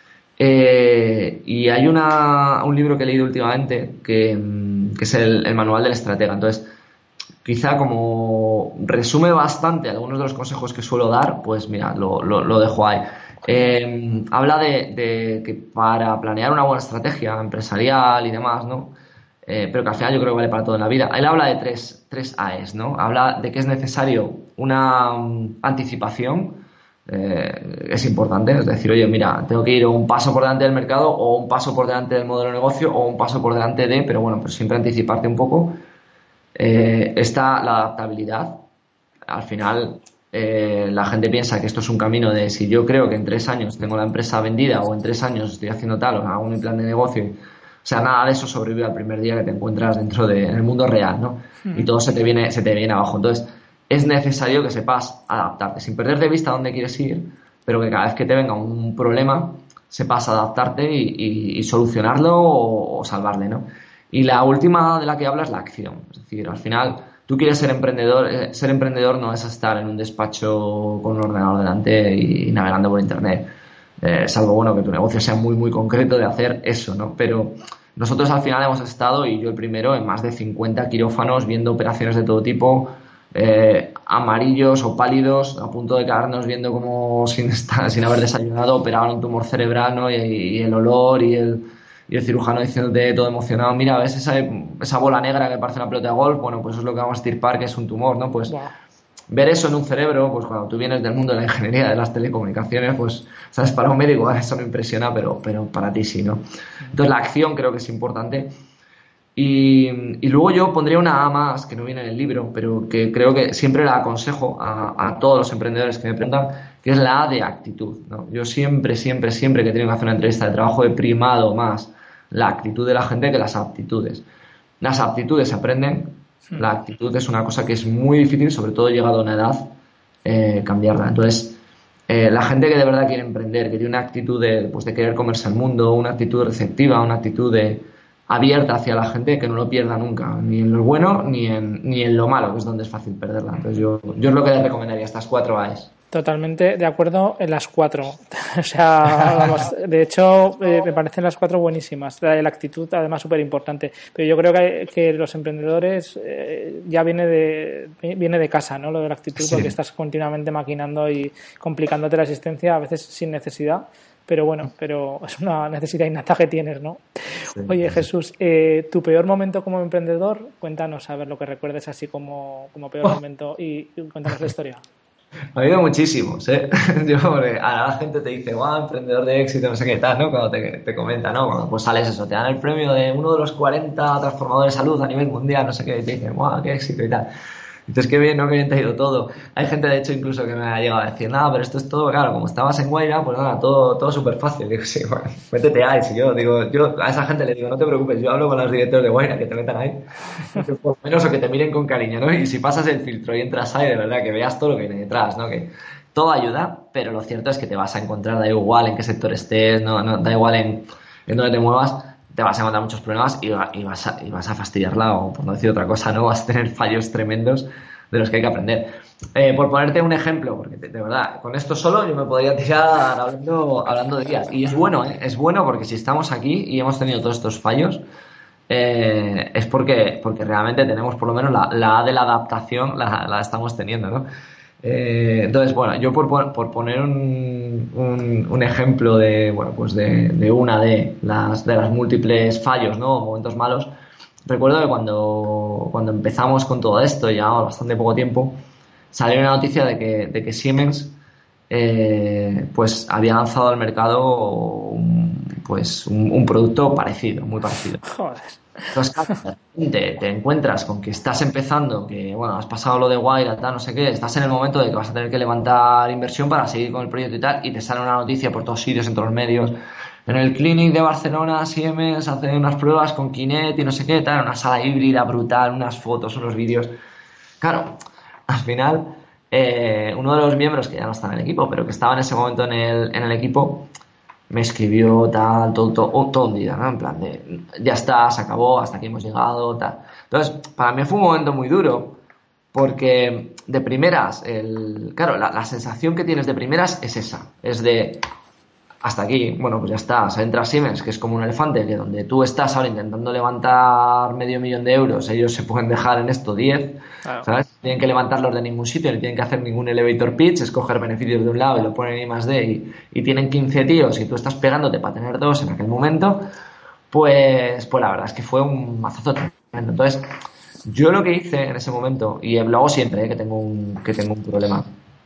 Y hay un libro que he leído últimamente que es el Manual del Estratega. Entonces, quizá como resume bastante algunos de los consejos que suelo dar, pues mira, lo dejo ahí. Habla de que para planear una buena estrategia empresarial y demás, ¿no? Pero que al final yo creo que vale para todo en la vida. Él habla de tres A's, ¿no? Habla de que es necesario una anticipación. Es importante, es decir, oye, mira, tengo que ir un paso por delante del mercado, o un paso por delante del modelo de negocio, o un paso por delante pero bueno, pero siempre anticiparte un poco. Está la adaptabilidad. Al final la gente piensa que esto es un camino de, si yo creo que en 3 años tengo la empresa vendida, o en 3 años estoy haciendo tal, o hago un plan de negocio, o sea, nada de eso sobrevive al primer día que te encuentras en el mundo real, ¿no? Y todo se te viene abajo. Entonces es necesario que sepas adaptarte, sin perder de vista dónde quieres ir, pero que cada vez que te venga un problema sepas adaptarte y solucionarlo o salvarle, ¿no? Y la última de la que habla es la acción. Es decir, al final tú quieres ser emprendedor. Ser emprendedor no es estar en un despacho con un ordenador delante y navegando por internet, salvo, bueno, que tu negocio sea muy, muy concreto de hacer eso, ¿no? Pero nosotros al final hemos estado, y yo el primero, en más de 50 quirófanos viendo operaciones de todo tipo, amarillos o pálidos, a punto de quedarnos viendo como sin haber desayunado operaban un tumor cerebral, ¿no? Y el olor y el cirujano diciéndote todo emocionado, mira, ¿ves esa bola negra que parece una pelota de golf? Bueno, pues eso es lo que vamos a extirpar, que es un tumor, ¿no? Pues ver eso en un cerebro, pues cuando tú vienes del mundo de la ingeniería, de las telecomunicaciones, pues, ¿sabes? Para un médico eso no impresiona, pero para ti sí, ¿no? Entonces la acción creo que es importante. Y luego yo pondría una A más, que no viene en el libro, pero que creo que siempre la aconsejo a todos los emprendedores que me preguntan, que es la A de actitud, ¿no? Yo siempre que he tenido que hacer una entrevista de trabajo he primado más la actitud de la gente que las aptitudes. Las aptitudes se aprenden, la actitud es una cosa que es muy difícil, sobre todo llegado a una edad, cambiarla. Entonces, la gente que de verdad quiere emprender, que tiene una actitud de querer comerse el mundo, una actitud receptiva, una actitud abierta hacia la gente, que no lo pierda nunca, ni en lo bueno ni en lo malo, que es donde es fácil perderla. Entonces yo es lo que les recomendaría, estas 4 A's. Totalmente de acuerdo en las 4. O sea, vamos, de hecho, me parecen las 4 buenísimas. La actitud, además, súper importante. Pero yo creo que los emprendedores ya viene de casa, ¿no? Lo de la actitud, Sí. porque estás continuamente maquinando y complicándote la existencia, a veces sin necesidad. Pero bueno, es una necesidad innata que tienes, ¿no? Sí. Oye, Jesús, tu peor momento como emprendedor, cuéntanos a ver lo que recuerdes así como peor momento y cuéntanos la historia. Ha habido muchísimos, ¿eh? Yo, a la gente te dice, guau, emprendedor de éxito, no sé qué tal, ¿no? Cuando te comenta, ¿no? Cuando pues sales eso, te dan el premio de uno de los 40 transformadores de salud a nivel mundial, no sé qué, y te dicen, guau, qué éxito y tal. Entonces, qué bien, ¿no? Qué bien te ha ido todo. Hay gente, de hecho, incluso que me ha llegado a decir, nada, pero esto es todo, claro, como estabas en Guaira, pues nada, todo súper fácil. Digo, sí, bueno, métete ahí. Si yo a esa gente le digo, no te preocupes, yo hablo con los directores de Guaira, que te metan ahí. Por lo menos, o que te miren con cariño, ¿no? Y si pasas el filtro y entras ahí, de verdad, que veas todo lo que viene detrás, ¿no? Que todo ayuda, pero lo cierto es que te vas a encontrar, da igual en qué sector estés, no da igual en dónde te muevas, te vas a encontrar muchos problemas y vas a fastidiarla, o por no decir otra cosa, ¿no? Vas a tener fallos tremendos de los que hay que aprender. Por ponerte un ejemplo, porque de verdad, con esto solo yo me podría tirar hablando de días. Y es bueno, ¿eh? Es bueno porque si estamos aquí y hemos tenido todos estos fallos, es porque realmente tenemos por lo menos la A de la adaptación, la estamos teniendo, ¿no? Entonces, bueno, yo por poner un ejemplo de, bueno, pues de una de las múltiples fallos, ¿no? O momentos malos, recuerdo que cuando empezamos con todo esto, ya bastante poco tiempo, salió una noticia de que Siemens pues había lanzado al mercado un producto parecido, muy parecido. Joder. Entonces, te encuentras con que estás empezando, que bueno, has pasado lo de Wire, tal, no sé qué, estás en el momento de que vas a tener que levantar inversión para seguir con el proyecto y tal, y te sale una noticia por todos sitios, en todos los medios. En el Clinic de Barcelona, Siemens hace unas pruebas con Kinect y no sé qué, tal, una sala híbrida brutal, unas fotos, unos vídeos. Claro, al final, uno de los miembros, que ya no está en el equipo, pero que estaba en ese momento en el equipo, me escribió tal, todo un día, ¿no? En plan de, ya está, se acabó, hasta aquí hemos llegado, tal. Entonces, para mí fue un momento muy duro, porque de primeras, claro, la sensación que tienes de primeras es esa, es de, hasta aquí, bueno, pues ya está, se entra Siemens, que es como un elefante, que donde tú estás ahora intentando levantar $500,000 de euros, ellos se pueden dejar en esto 10, Claro. ¿sabes? No tienen que levantarlos de ningún sitio, ni tienen que hacer ningún elevator pitch, escoger beneficios de un lado y lo ponen en I+D y tienen 15 tíos y tú estás pegándote para tener 2 en aquel momento, pues la verdad es que fue un mazazo tremendo. Entonces, yo lo que hice en ese momento, y lo hago siempre, que tengo un problema,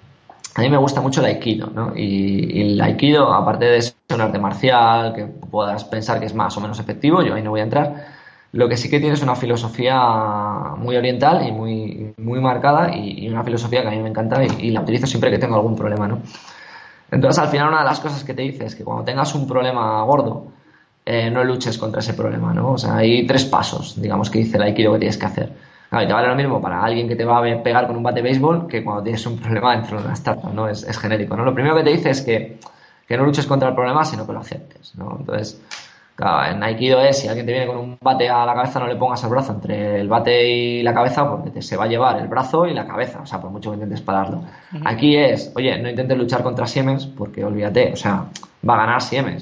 a mí me gusta mucho el Aikido, ¿no? Y el Aikido, aparte de ser un arte marcial, que puedas pensar que es más o menos efectivo, yo ahí no voy a entrar, lo que sí que tiene es una filosofía muy oriental y muy marcada, y una filosofía que a mí me encanta y la utilizo siempre que tengo algún problema, ¿no? Entonces, al final, una de las cosas que te dice es que cuando tengas un problema gordo, no luches contra ese problema, ¿no? O sea, hay 3 pasos, digamos, que dice el Aikido que tienes que hacer. Claro, y te vale lo mismo para alguien que te va a pegar con un bate de béisbol que cuando tienes un problema dentro de una startup, ¿no? Es genérico, ¿no? Lo primero que te dice es que no luches contra el problema, sino que lo aceptes, ¿no? Entonces, claro, en Aikido es, si alguien te viene con un bate a la cabeza, no le pongas el brazo entre el bate y la cabeza porque se va a llevar el brazo y la cabeza, o sea, por mucho que intentes pararlo. Uh-huh. Aquí es, oye, no intentes luchar contra Siemens porque olvídate, o sea, va a ganar Siemens.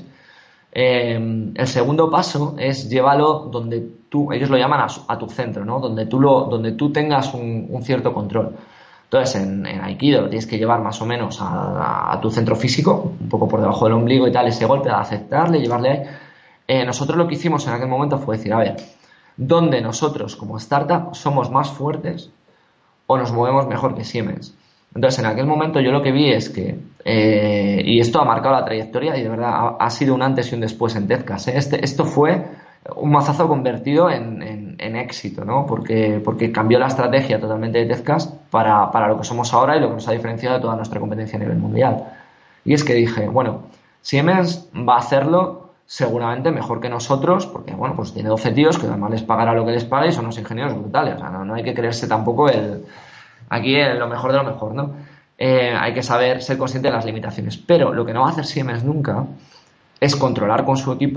El segundo paso es llévalo donde ellos lo llaman a tu centro, ¿no? Donde tú tengas un cierto control. Entonces, en Aikido lo tienes que llevar más o menos a tu centro físico, un poco por debajo del ombligo y tal, ese golpe, a aceptarle, llevarle ahí. Nosotros lo que hicimos en aquel momento fue decir, a ver, ¿dónde nosotros como startup somos más fuertes o nos movemos mejor que Siemens? Entonces, en aquel momento yo lo que vi es que, y esto ha marcado la trayectoria y de verdad ha sido un antes y un después en Tezcas, ¿eh? Esto fue un mazazo convertido en éxito, ¿no? Porque cambió la estrategia totalmente de Tezcas para lo que somos ahora y lo que nos ha diferenciado de toda nuestra competencia a nivel mundial. Y es que dije, bueno, Siemens va a hacerlo seguramente mejor que nosotros, porque bueno, pues tiene 12 tíos que además les pagará lo que les pague y son unos ingenieros brutales. O sea, no hay que creerse tampoco aquí lo mejor de lo mejor, ¿no? Hay que saber ser consciente de las limitaciones. Pero lo que no va a hacer Siemens nunca es controlar con su equipo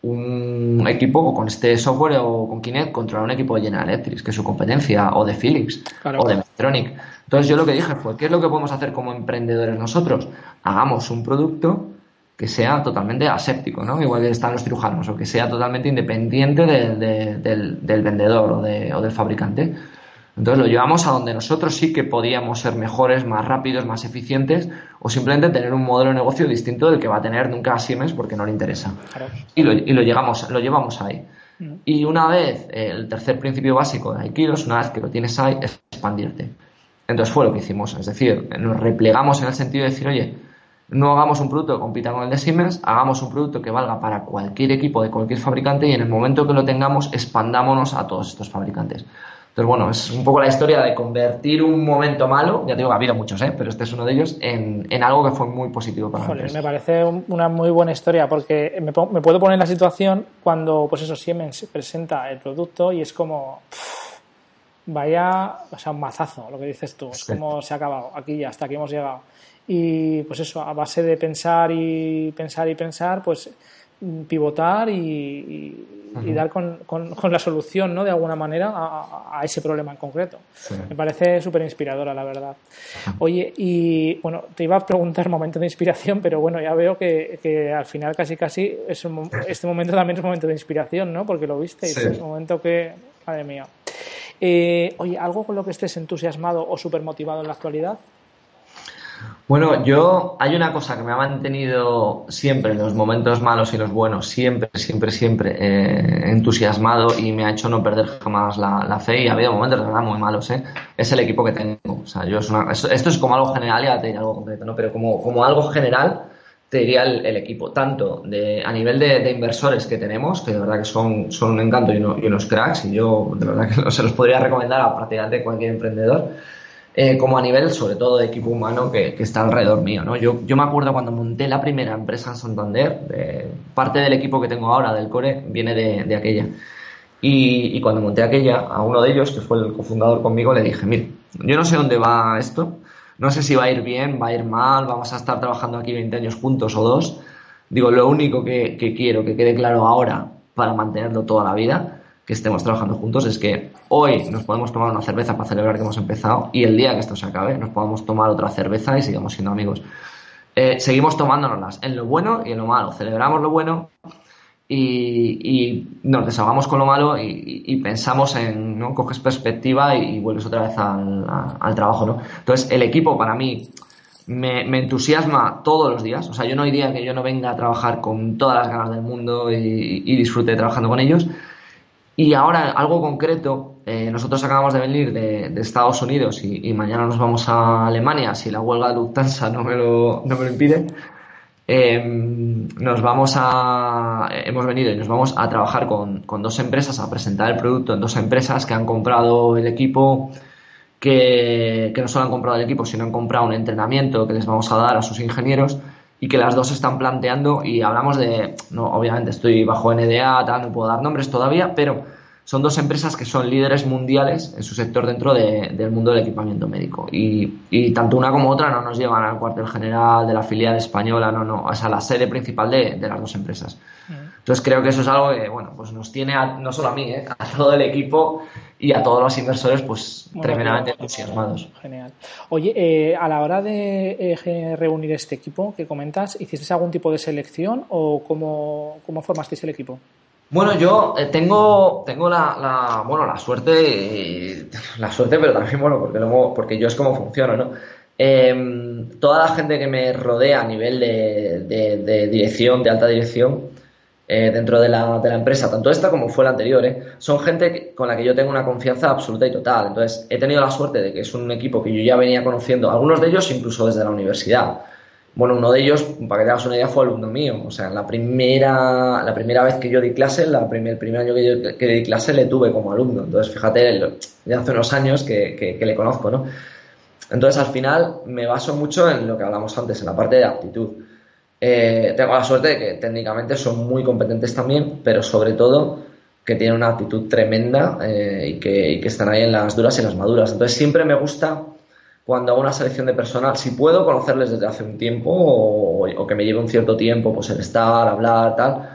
un equipo con este software o con Kinect controlar un equipo de General Electric, que es su competencia, o de Philips, o de Medtronic. Entonces yo lo que dije fue, ¿qué es lo que podemos hacer como emprendedores nosotros? Hagamos un producto que sea totalmente aséptico, ¿no? Igual que están los cirujanos, o que sea totalmente independiente del vendedor o del fabricante. Entonces lo llevamos a donde nosotros sí que podíamos ser mejores, más rápidos, más eficientes, o simplemente tener un modelo de negocio distinto del que va a tener nunca Siemens porque no le interesa. Claro. Y lo llevamos ahí. Y una vez, el tercer principio básico de Aikido, una vez que lo tienes ahí, es expandirte. Entonces fue lo que hicimos, es decir, nos replegamos en el sentido de decir, oye, no hagamos un producto que compita con el de Siemens, hagamos un producto que valga para cualquier equipo de cualquier fabricante y en el momento que lo tengamos, expandámonos a todos estos fabricantes. Entonces, bueno, es un poco la historia de convertir un momento malo, ya te digo, ha habido muchos, pero este es uno de ellos, en algo que fue muy positivo para la empresa. Me parece una muy buena historia porque me puedo poner en la situación cuando, pues eso, Siemens presenta el producto y es como, vaya, o sea, un mazazo, lo que dices tú, es como se ha acabado, aquí ya, hasta aquí hemos llegado. Y pues eso, a base de pensar y pensar, pues pivotar y dar con la solución, ¿no? De alguna manera a ese problema en concreto. Sí. Me parece súper inspiradora, la verdad. Oye, y bueno, te iba a preguntar momento de inspiración, pero bueno, ya veo que al final casi este momento también es un momento de inspiración, ¿no? Porque lo viste y es un momento que, madre mía. Oye, ¿algo con lo que estés entusiasmado o súper motivado en la actualidad? Bueno, hay una cosa que me ha mantenido siempre en los momentos malos y los buenos, siempre entusiasmado y me ha hecho no perder jamás la fe, y ha habido momentos de verdad muy malos, es el equipo que tengo. O sea, esto es como algo general, ya te diré algo concreto, ¿no? Pero como algo general te diría el equipo, tanto a nivel de inversores que tenemos, que de verdad que son un encanto y unos cracks, y yo de verdad que se los podría recomendar a prácticamente cualquier emprendedor. Como a nivel, sobre todo, de equipo humano que está alrededor mío, ¿no? Yo me acuerdo cuando monté la primera empresa en Santander, parte del equipo que tengo ahora, del Core, viene de aquella. Y cuando monté aquella, a uno de ellos, que fue el cofundador conmigo, le dije, mire, yo no sé dónde va esto, no sé si va a ir bien, va a ir mal, vamos a estar trabajando aquí 20 años juntos o 2. Digo, lo único que quiero que quede claro ahora, para mantenerlo toda la vida, que estemos trabajando juntos, es que hoy nos podemos tomar una cerveza para celebrar que hemos empezado, y el día que esto se acabe nos podamos tomar otra cerveza y sigamos siendo amigos. Seguimos tomándonoslas en lo bueno y en lo malo, celebramos lo bueno y nos desahogamos con lo malo y pensamos en, ¿no? Coges perspectiva y vuelves otra vez al trabajo, ¿no? Entonces el equipo para mí me entusiasma todos los días. O sea, yo no hay día que yo no venga a trabajar con todas las ganas del mundo y disfrute trabajando con ellos. Y ahora, algo concreto, nosotros acabamos de venir de Estados Unidos y mañana nos vamos a Alemania, si la huelga de Lufthansa no me lo impide. Hemos venido y nos vamos a trabajar con 2 empresas, a presentar el producto en 2 empresas que han comprado el equipo, que no solo han comprado el equipo, sino han comprado un entrenamiento que les vamos a dar a sus ingenieros, y que las 2 están planteando, y hablamos no, obviamente estoy bajo NDA, tal, no puedo dar nombres todavía, pero son 2 empresas que son líderes mundiales en su sector dentro del mundo del equipamiento médico, y tanto una como otra no nos llevan al cuartel general de la filial española, no, o sea, la sede principal de las 2 empresas. Entonces creo que eso es algo que, bueno, pues nos tiene no solo a mí, a todo el equipo y a todos los inversores, pues tremendamente entusiasmados. Genial. Oye, a la hora de reunir este equipo que comentas, ¿hicisteis algún tipo de selección o cómo formasteis el equipo? Bueno, yo tengo la suerte, pero también, bueno, porque yo es como funciono, ¿no? Toda la gente que me rodea a nivel de dirección, de alta dirección, dentro de la empresa, tanto esta como fue la anterior, son gente con la que yo tengo una confianza absoluta y total. Entonces, he tenido la suerte de que es un equipo que yo ya venía conociendo, algunos de ellos incluso desde la universidad. Bueno, uno de ellos, para que te hagas una idea, fue alumno mío. O sea, la primera vez que yo di clase, el primer año que di clase, le tuve como alumno. Entonces, fíjate, ya hace unos años que le conozco, ¿no? Entonces, al final, me baso mucho en lo que hablamos antes, en la parte de aptitud. Tengo la suerte de que técnicamente son muy competentes también, pero sobre todo que tienen una actitud tremenda y que están ahí en las duras y en las maduras. Entonces siempre me gusta, cuando hago una selección de personal, si puedo conocerles desde hace un tiempo o que me lleve un cierto tiempo, pues el estar, hablar, tal,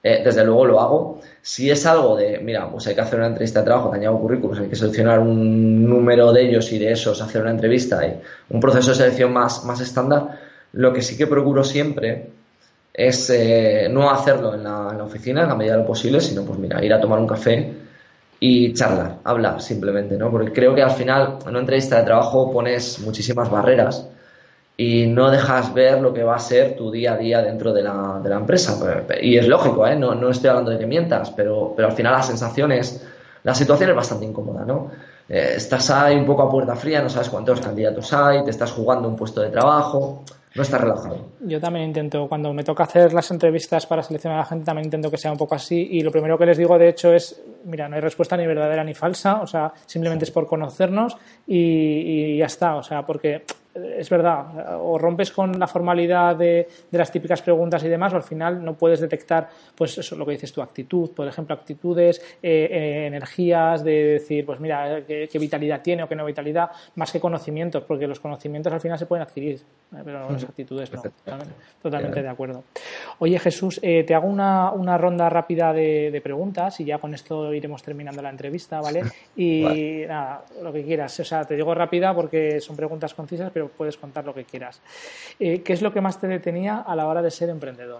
desde luego lo hago. Si es algo de, mira, pues hay que hacer una entrevista de trabajo, te añado currículums, hay que seleccionar un número de ellos y de esos hacer una entrevista y un proceso de selección más estándar, lo que sí que procuro siempre es no hacerlo en la oficina en la medida de lo posible, sino pues mira, ir a tomar un café y charlar, hablar simplemente, ¿no? Porque creo que al final en una entrevista de trabajo pones muchísimas barreras y no dejas ver lo que va a ser tu día a día dentro de la empresa. Y es lógico, ¿eh? No estoy hablando de que mientas, pero al final la situación es bastante incómoda, ¿no? Estás ahí un poco a puerta fría, no sabes cuántos candidatos hay, te estás jugando un puesto de trabajo, no estás relajado. Yo también intento, cuando me toca hacer las entrevistas para seleccionar a la gente, también intento que sea un poco así, y lo primero que les digo, de hecho, es, mira, no hay respuesta ni verdadera ni falsa, o sea, simplemente es por conocernos y ya está, o sea, porque es verdad, o rompes con la formalidad de las típicas preguntas y demás, o al final no puedes detectar, pues eso, lo que dices tu actitud, por ejemplo, actitudes, energías, de decir, pues mira, qué vitalidad tiene o qué no vitalidad, más que conocimientos, porque los conocimientos al final se pueden adquirir, pero las actitudes no. Totalmente de acuerdo. Oye, Jesús, te hago una ronda rápida de preguntas y ya con esto iremos terminando la entrevista, ¿vale? Y vale. Nada, lo que quieras, o sea, te digo rápida porque son preguntas concisas, pero puedes contar lo que quieras. ¿Qué es lo que más te detenía a la hora de ser emprendedor?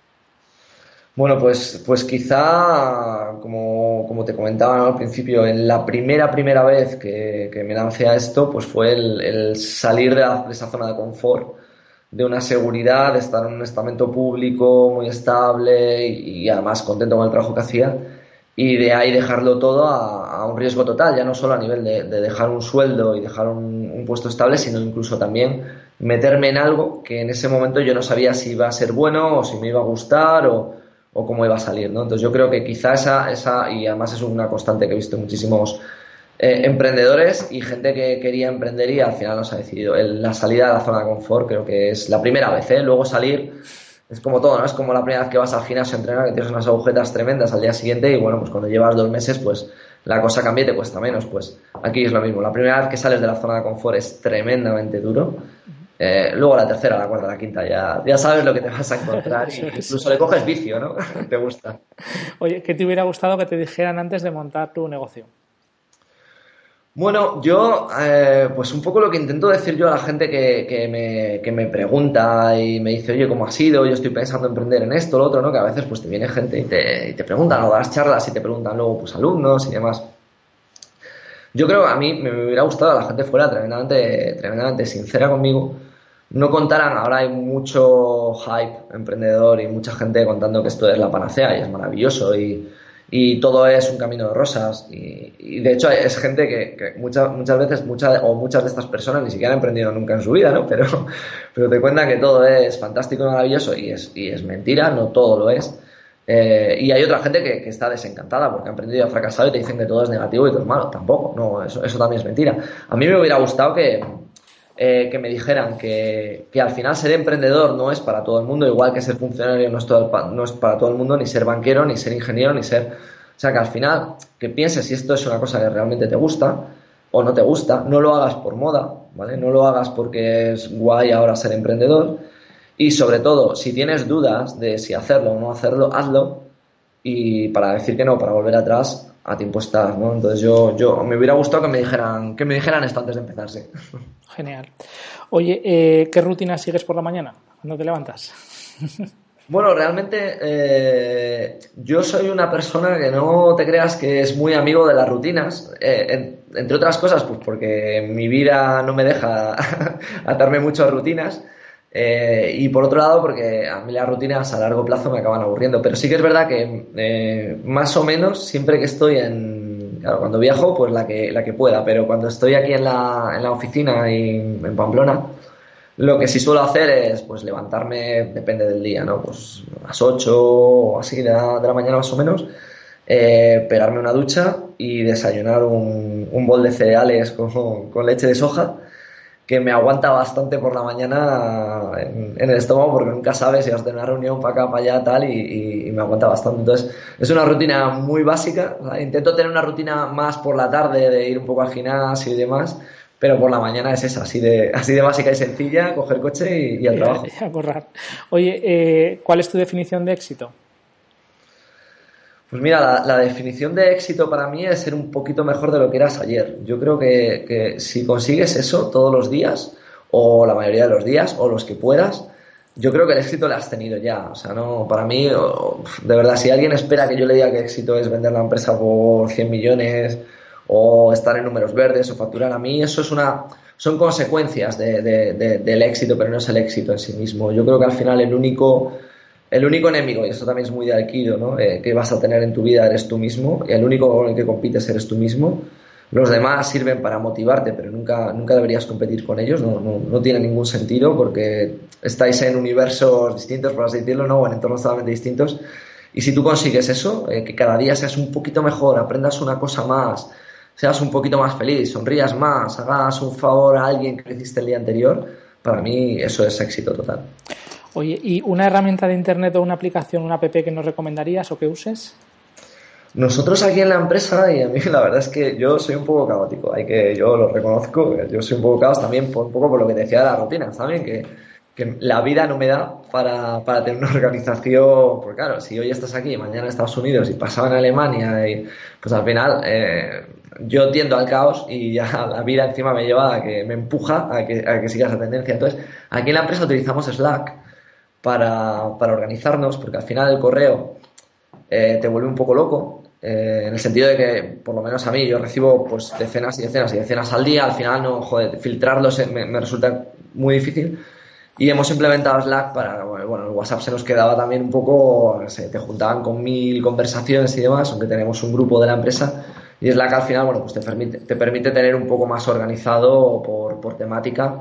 Bueno, pues quizá, como te comentaba, ¿no?, al principio, en la primera vez que me lancé a esto, pues fue el salir de esa zona de confort, de una seguridad, de estar en un estamento público muy estable y además contento con el trabajo que hacía, y de ahí dejarlo todo a un riesgo total, ya no solo a nivel de dejar un sueldo y dejar un puesto estable, sino incluso también meterme en algo que en ese momento yo no sabía si iba a ser bueno o si me iba a gustar o cómo iba a salir, ¿no? Entonces yo creo que quizá esa y además es una constante que he visto en muchísimos emprendedores y gente que quería emprender y al final no se ha decidido. La salida de la zona de confort creo que es la primera vez, ¿eh? Luego salir es como todo, ¿no? Es como la primera vez que vas al gimnasio a entrenar, que tienes unas agujetas tremendas al día siguiente y bueno, pues cuando llevas 2 meses pues la cosa cambia y te cuesta menos. Pues aquí es lo mismo, la primera vez que sales de la zona de confort es tremendamente duro. Luego la tercera, la cuarta, la quinta ya sabes lo que te vas a encontrar y incluso le coges vicio, ¿no? Te gusta. Oye, ¿qué te hubiera gustado que te dijeran antes de montar tu negocio? Bueno, yo pues un poco lo que intento decir yo a la gente que me pregunta y me dice, oye, ¿cómo ha sido? Yo estoy pensando en emprender en esto, lo otro, ¿no? Que a veces pues te viene gente y te preguntan, o das charlas y te preguntan luego pues alumnos y demás. Yo creo que a mí me hubiera gustado que la gente fuera tremendamente sincera conmigo. No contaran, ahora hay mucho hype emprendedor y mucha gente contando que esto es la panacea y es maravilloso y todo es un camino de rosas y de hecho es gente que muchas veces muchas de estas personas ni siquiera han emprendido nunca en su vida, ¿no? Pero te cuentan que todo es fantástico y maravilloso y es mentira, no todo lo es. Y hay otra gente que está desencantada porque ha emprendido y ha fracasado y te dicen que todo es negativo y todo es malo. Tampoco, no, eso también es mentira. A mí me hubiera gustado que me dijeran que al final ser emprendedor no es para todo el mundo, igual que ser funcionario no es para todo el mundo, ni ser banquero, ni ser ingeniero, ni ser... O sea, que al final, que pienses si esto es una cosa que realmente te gusta o no te gusta, no lo hagas por moda, ¿vale? No lo hagas porque es guay ahora ser emprendedor y sobre todo, si tienes dudas de si hacerlo o no hacerlo, hazlo y para decir que no, para volver atrás, a tiempo estás, ¿no? Entonces yo me hubiera gustado que me dijeran esto antes de empezarse. Genial. Oye, ¿qué rutina sigues por la mañana cuando te levantas? Bueno, realmente yo soy una persona que no te creas que es muy amigo de las rutinas, entre otras cosas, pues porque mi vida no me deja atarme mucho a rutinas. Y por otro lado porque a mí las rutinas a largo plazo me acaban aburriendo, pero sí que es verdad que más o menos siempre que estoy claro, cuando viajo pues la que pueda, pero cuando estoy aquí en la oficina y en Pamplona, lo que sí suelo hacer es pues levantarme, depende del día, ¿no? Pues a las 8 o así de la mañana más o menos, pegarme una ducha y desayunar un bol de cereales con leche de soja, que me aguanta bastante por la mañana en el estómago porque nunca sabes si vas a tener una reunión para acá, para allá, tal, y me aguanta bastante. Entonces, es una rutina muy básica. O sea, intento tener una rutina más por la tarde de ir un poco al gimnasio y demás, pero por la mañana es esa, así de básica y sencilla, coger coche y al trabajo. A correr. Oye, ¿cuál es tu definición de éxito? Pues mira, la definición de éxito para mí es ser un poquito mejor de lo que eras ayer. Yo creo que si consigues eso todos los días, o la mayoría de los días, o los que puedas, yo creo que el éxito lo has tenido ya. O sea, no, para mí, de verdad, si alguien espera que yo le diga que éxito es vender la empresa por 100 millones, o estar en números verdes, o facturar, a mí eso son consecuencias del éxito, pero no es el éxito en sí mismo. Yo creo que al final el único enemigo, y esto también es muy de Aikido, ¿no? Que vas a tener en tu vida eres tú mismo, y el único con el que compites eres tú mismo. Los demás sirven para motivarte, pero nunca deberías competir con ellos, no tiene ningún sentido, porque estáis en universos distintos, por así decirlo, ¿no? O en entornos totalmente distintos. Y si tú consigues eso, que cada día seas un poquito mejor, aprendas una cosa más, seas un poquito más feliz, sonrías más, hagas un favor a alguien que le hiciste el día anterior, para mí eso es éxito total. Oye, ¿y una herramienta de internet o una aplicación, una app que nos recomendarías o que uses? Nosotros aquí en la empresa, y a mí la verdad es que yo soy un poco caótico, yo lo reconozco, yo soy un poco caos también un poco por lo que te decía de las rutinas, ¿saben? Que la vida no me da para tener una organización, porque claro, si hoy estás aquí, mañana en Estados Unidos y pasado en Alemania, pues al final yo tiendo al caos y ya la vida encima me lleva a que me empuja a que siga esa tendencia. Entonces, aquí en la empresa utilizamos Slack para organizarnos, porque al final el correo te vuelve un poco loco, en el sentido de que, por lo menos a mí, yo recibo pues decenas y decenas y decenas al día, al final filtrarlos me resulta muy difícil, y hemos implementado Slack el WhatsApp se nos quedaba también un poco, te juntaban con 1000 conversaciones y demás, aunque tenemos un grupo de la empresa, y Slack al final, pues te permite tener un poco más organizado por temática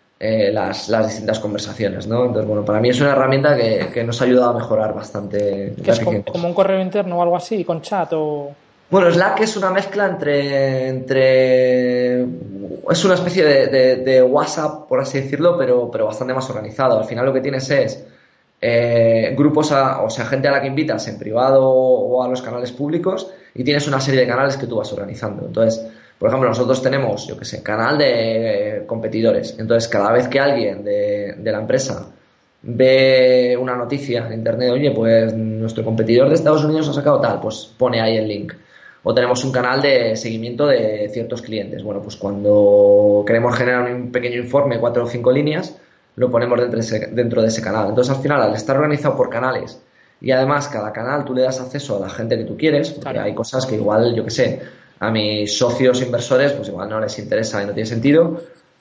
las distintas conversaciones, ¿no? Entonces, para mí es una herramienta que nos ha ayudado a mejorar bastante. ¿Que es como un correo interno o algo así, con chat o...? Bueno, Slack es una mezcla entre es una especie de WhatsApp, por así decirlo, pero bastante más organizado. Al final lo que tienes es grupos, gente a la que invitas en privado o a los canales públicos, y tienes una serie de canales que tú vas organizando. Entonces, por ejemplo, nosotros tenemos, canal de competidores. Entonces, cada vez que alguien de la empresa ve una noticia en internet, oye, pues nuestro competidor de Estados Unidos ha sacado tal, pues pone ahí el link. O tenemos un canal de seguimiento de ciertos clientes. Bueno, pues cuando queremos generar un pequeño informe, 4 o 5 líneas, lo ponemos dentro de ese canal. Entonces, al final, al estar organizado por canales, y además cada canal tú le das acceso a la gente que tú quieres, porque claro, hay cosas que igual, a mis socios inversores pues igual no les interesa y no tiene sentido,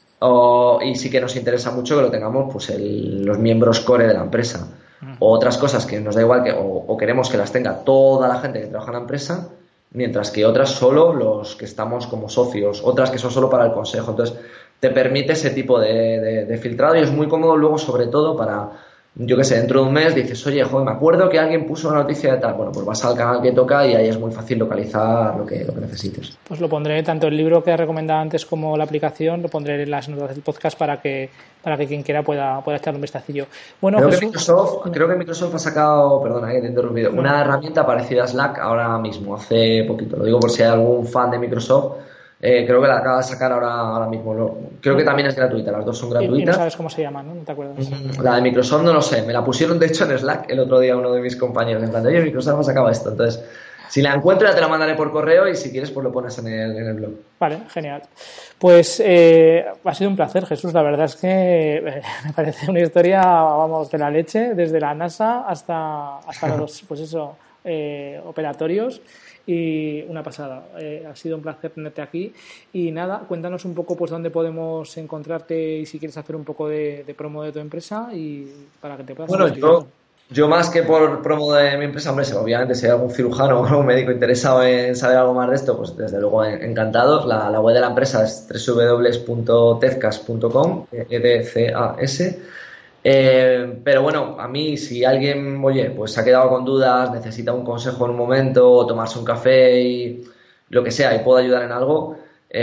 y sí que nos interesa mucho que lo tengamos pues los miembros core de la empresa, o otras cosas que nos da igual o queremos que las tenga toda la gente que trabaja en la empresa, mientras que otras solo los que estamos como socios, otras que son solo para el consejo. Entonces te permite ese tipo de filtrado, y es muy cómodo luego, sobre todo para, dentro de un mes dices, oye, me acuerdo que alguien puso una noticia de tal. Bueno, pues vas al canal que toca y ahí es muy fácil localizar lo que necesites. Pues lo pondré, tanto el libro que he recomendado antes como la aplicación, lo pondré en las notas del podcast para que quien quiera pueda echarle un vistacillo. Bueno, creo que Microsoft ha sacado, perdona que te he interrumpido, una herramienta parecida a Slack ahora mismo, hace poquito. Lo digo por si hay algún fan de Microsoft. Creo que la acaba de sacar ahora mismo. Creo que también es gratuita, las dos son gratuitas. Y no sabes cómo se llama, ¿no? No te acuerdas. La de Microsoft no lo sé, me la pusieron de hecho en Slack el otro día uno de mis compañeros, en plan de, oye, Microsoft ha sacado esto. Entonces, si la encuentro ya te la mandaré por correo, y si quieres pues lo pones en el blog. Vale, genial. Pues ha sido un placer, Jesús. La verdad es que me parece una historia, de la leche, desde la NASA hasta los, operatorios. Y una pasada, ha sido un placer tenerte aquí. Y nada, cuéntanos un poco pues dónde podemos encontrarte, y si quieres hacer un poco de promo de tu empresa, y para que te puedas... Bueno, yo más que por promo de mi empresa, hombre, obviamente si hay algún cirujano o algún médico interesado en saber algo más de esto, pues desde luego encantados. La web de la empresa es www.tezcas.com, EDCAS. Pero bueno, a mí, si alguien, pues se ha quedado con dudas, necesita un consejo en un momento, o tomarse un café y lo que sea, y puedo ayudar en algo,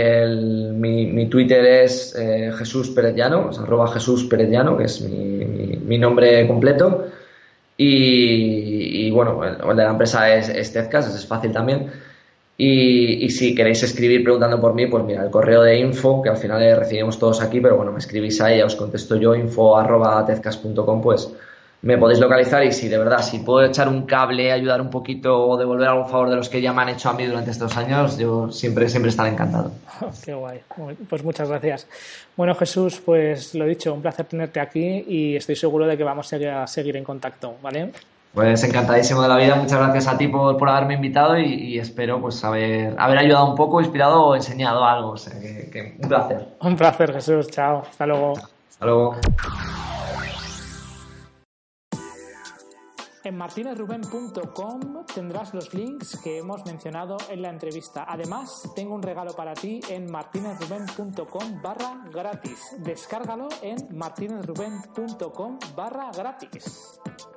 mi Twitter es Jesús Pérez Llano, es @Jesús Pérez Llano, que es mi nombre completo, y bueno, el de la empresa es Tezcas, es fácil también. Y si queréis escribir preguntando por mí, pues mira, el correo de info, que al final recibimos todos aquí, pero bueno, me escribís ahí, os contesto yo, info@tezcas.com, pues me podéis localizar y si de verdad, si puedo echar un cable, ayudar un poquito o devolver algún favor de los que ya me han hecho a mí durante estos años, yo siempre estaré encantado. Qué guay. Pues muchas gracias. Bueno, Jesús, pues lo dicho, un placer tenerte aquí y estoy seguro de que vamos a seguir en contacto, ¿vale? Pues encantadísimo de la vida, muchas gracias a ti por haberme invitado y espero pues haber ayudado un poco, inspirado o enseñado algo. O sea, que un placer. Un placer, Jesús. Chao. Hasta luego. Hasta luego. En martinezruben.com tendrás los links que hemos mencionado en la entrevista. Además, tengo un regalo para ti en martinezruben.com/gratis. Descárgalo en martinezruben.com/gratis.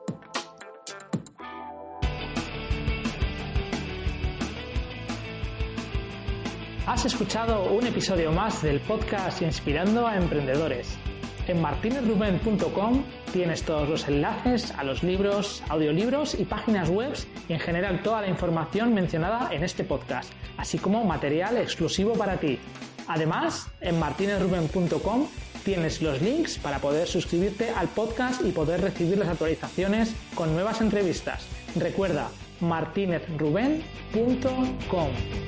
Has escuchado un episodio más del podcast Inspirando a Emprendedores. En martinezruben.com tienes todos los enlaces a los libros, audiolibros y páginas web y en general toda la información mencionada en este podcast, así como material exclusivo para ti. Además, en martinezruben.com tienes los links para poder suscribirte al podcast y poder recibir las actualizaciones con nuevas entrevistas. Recuerda, martinezruben.com.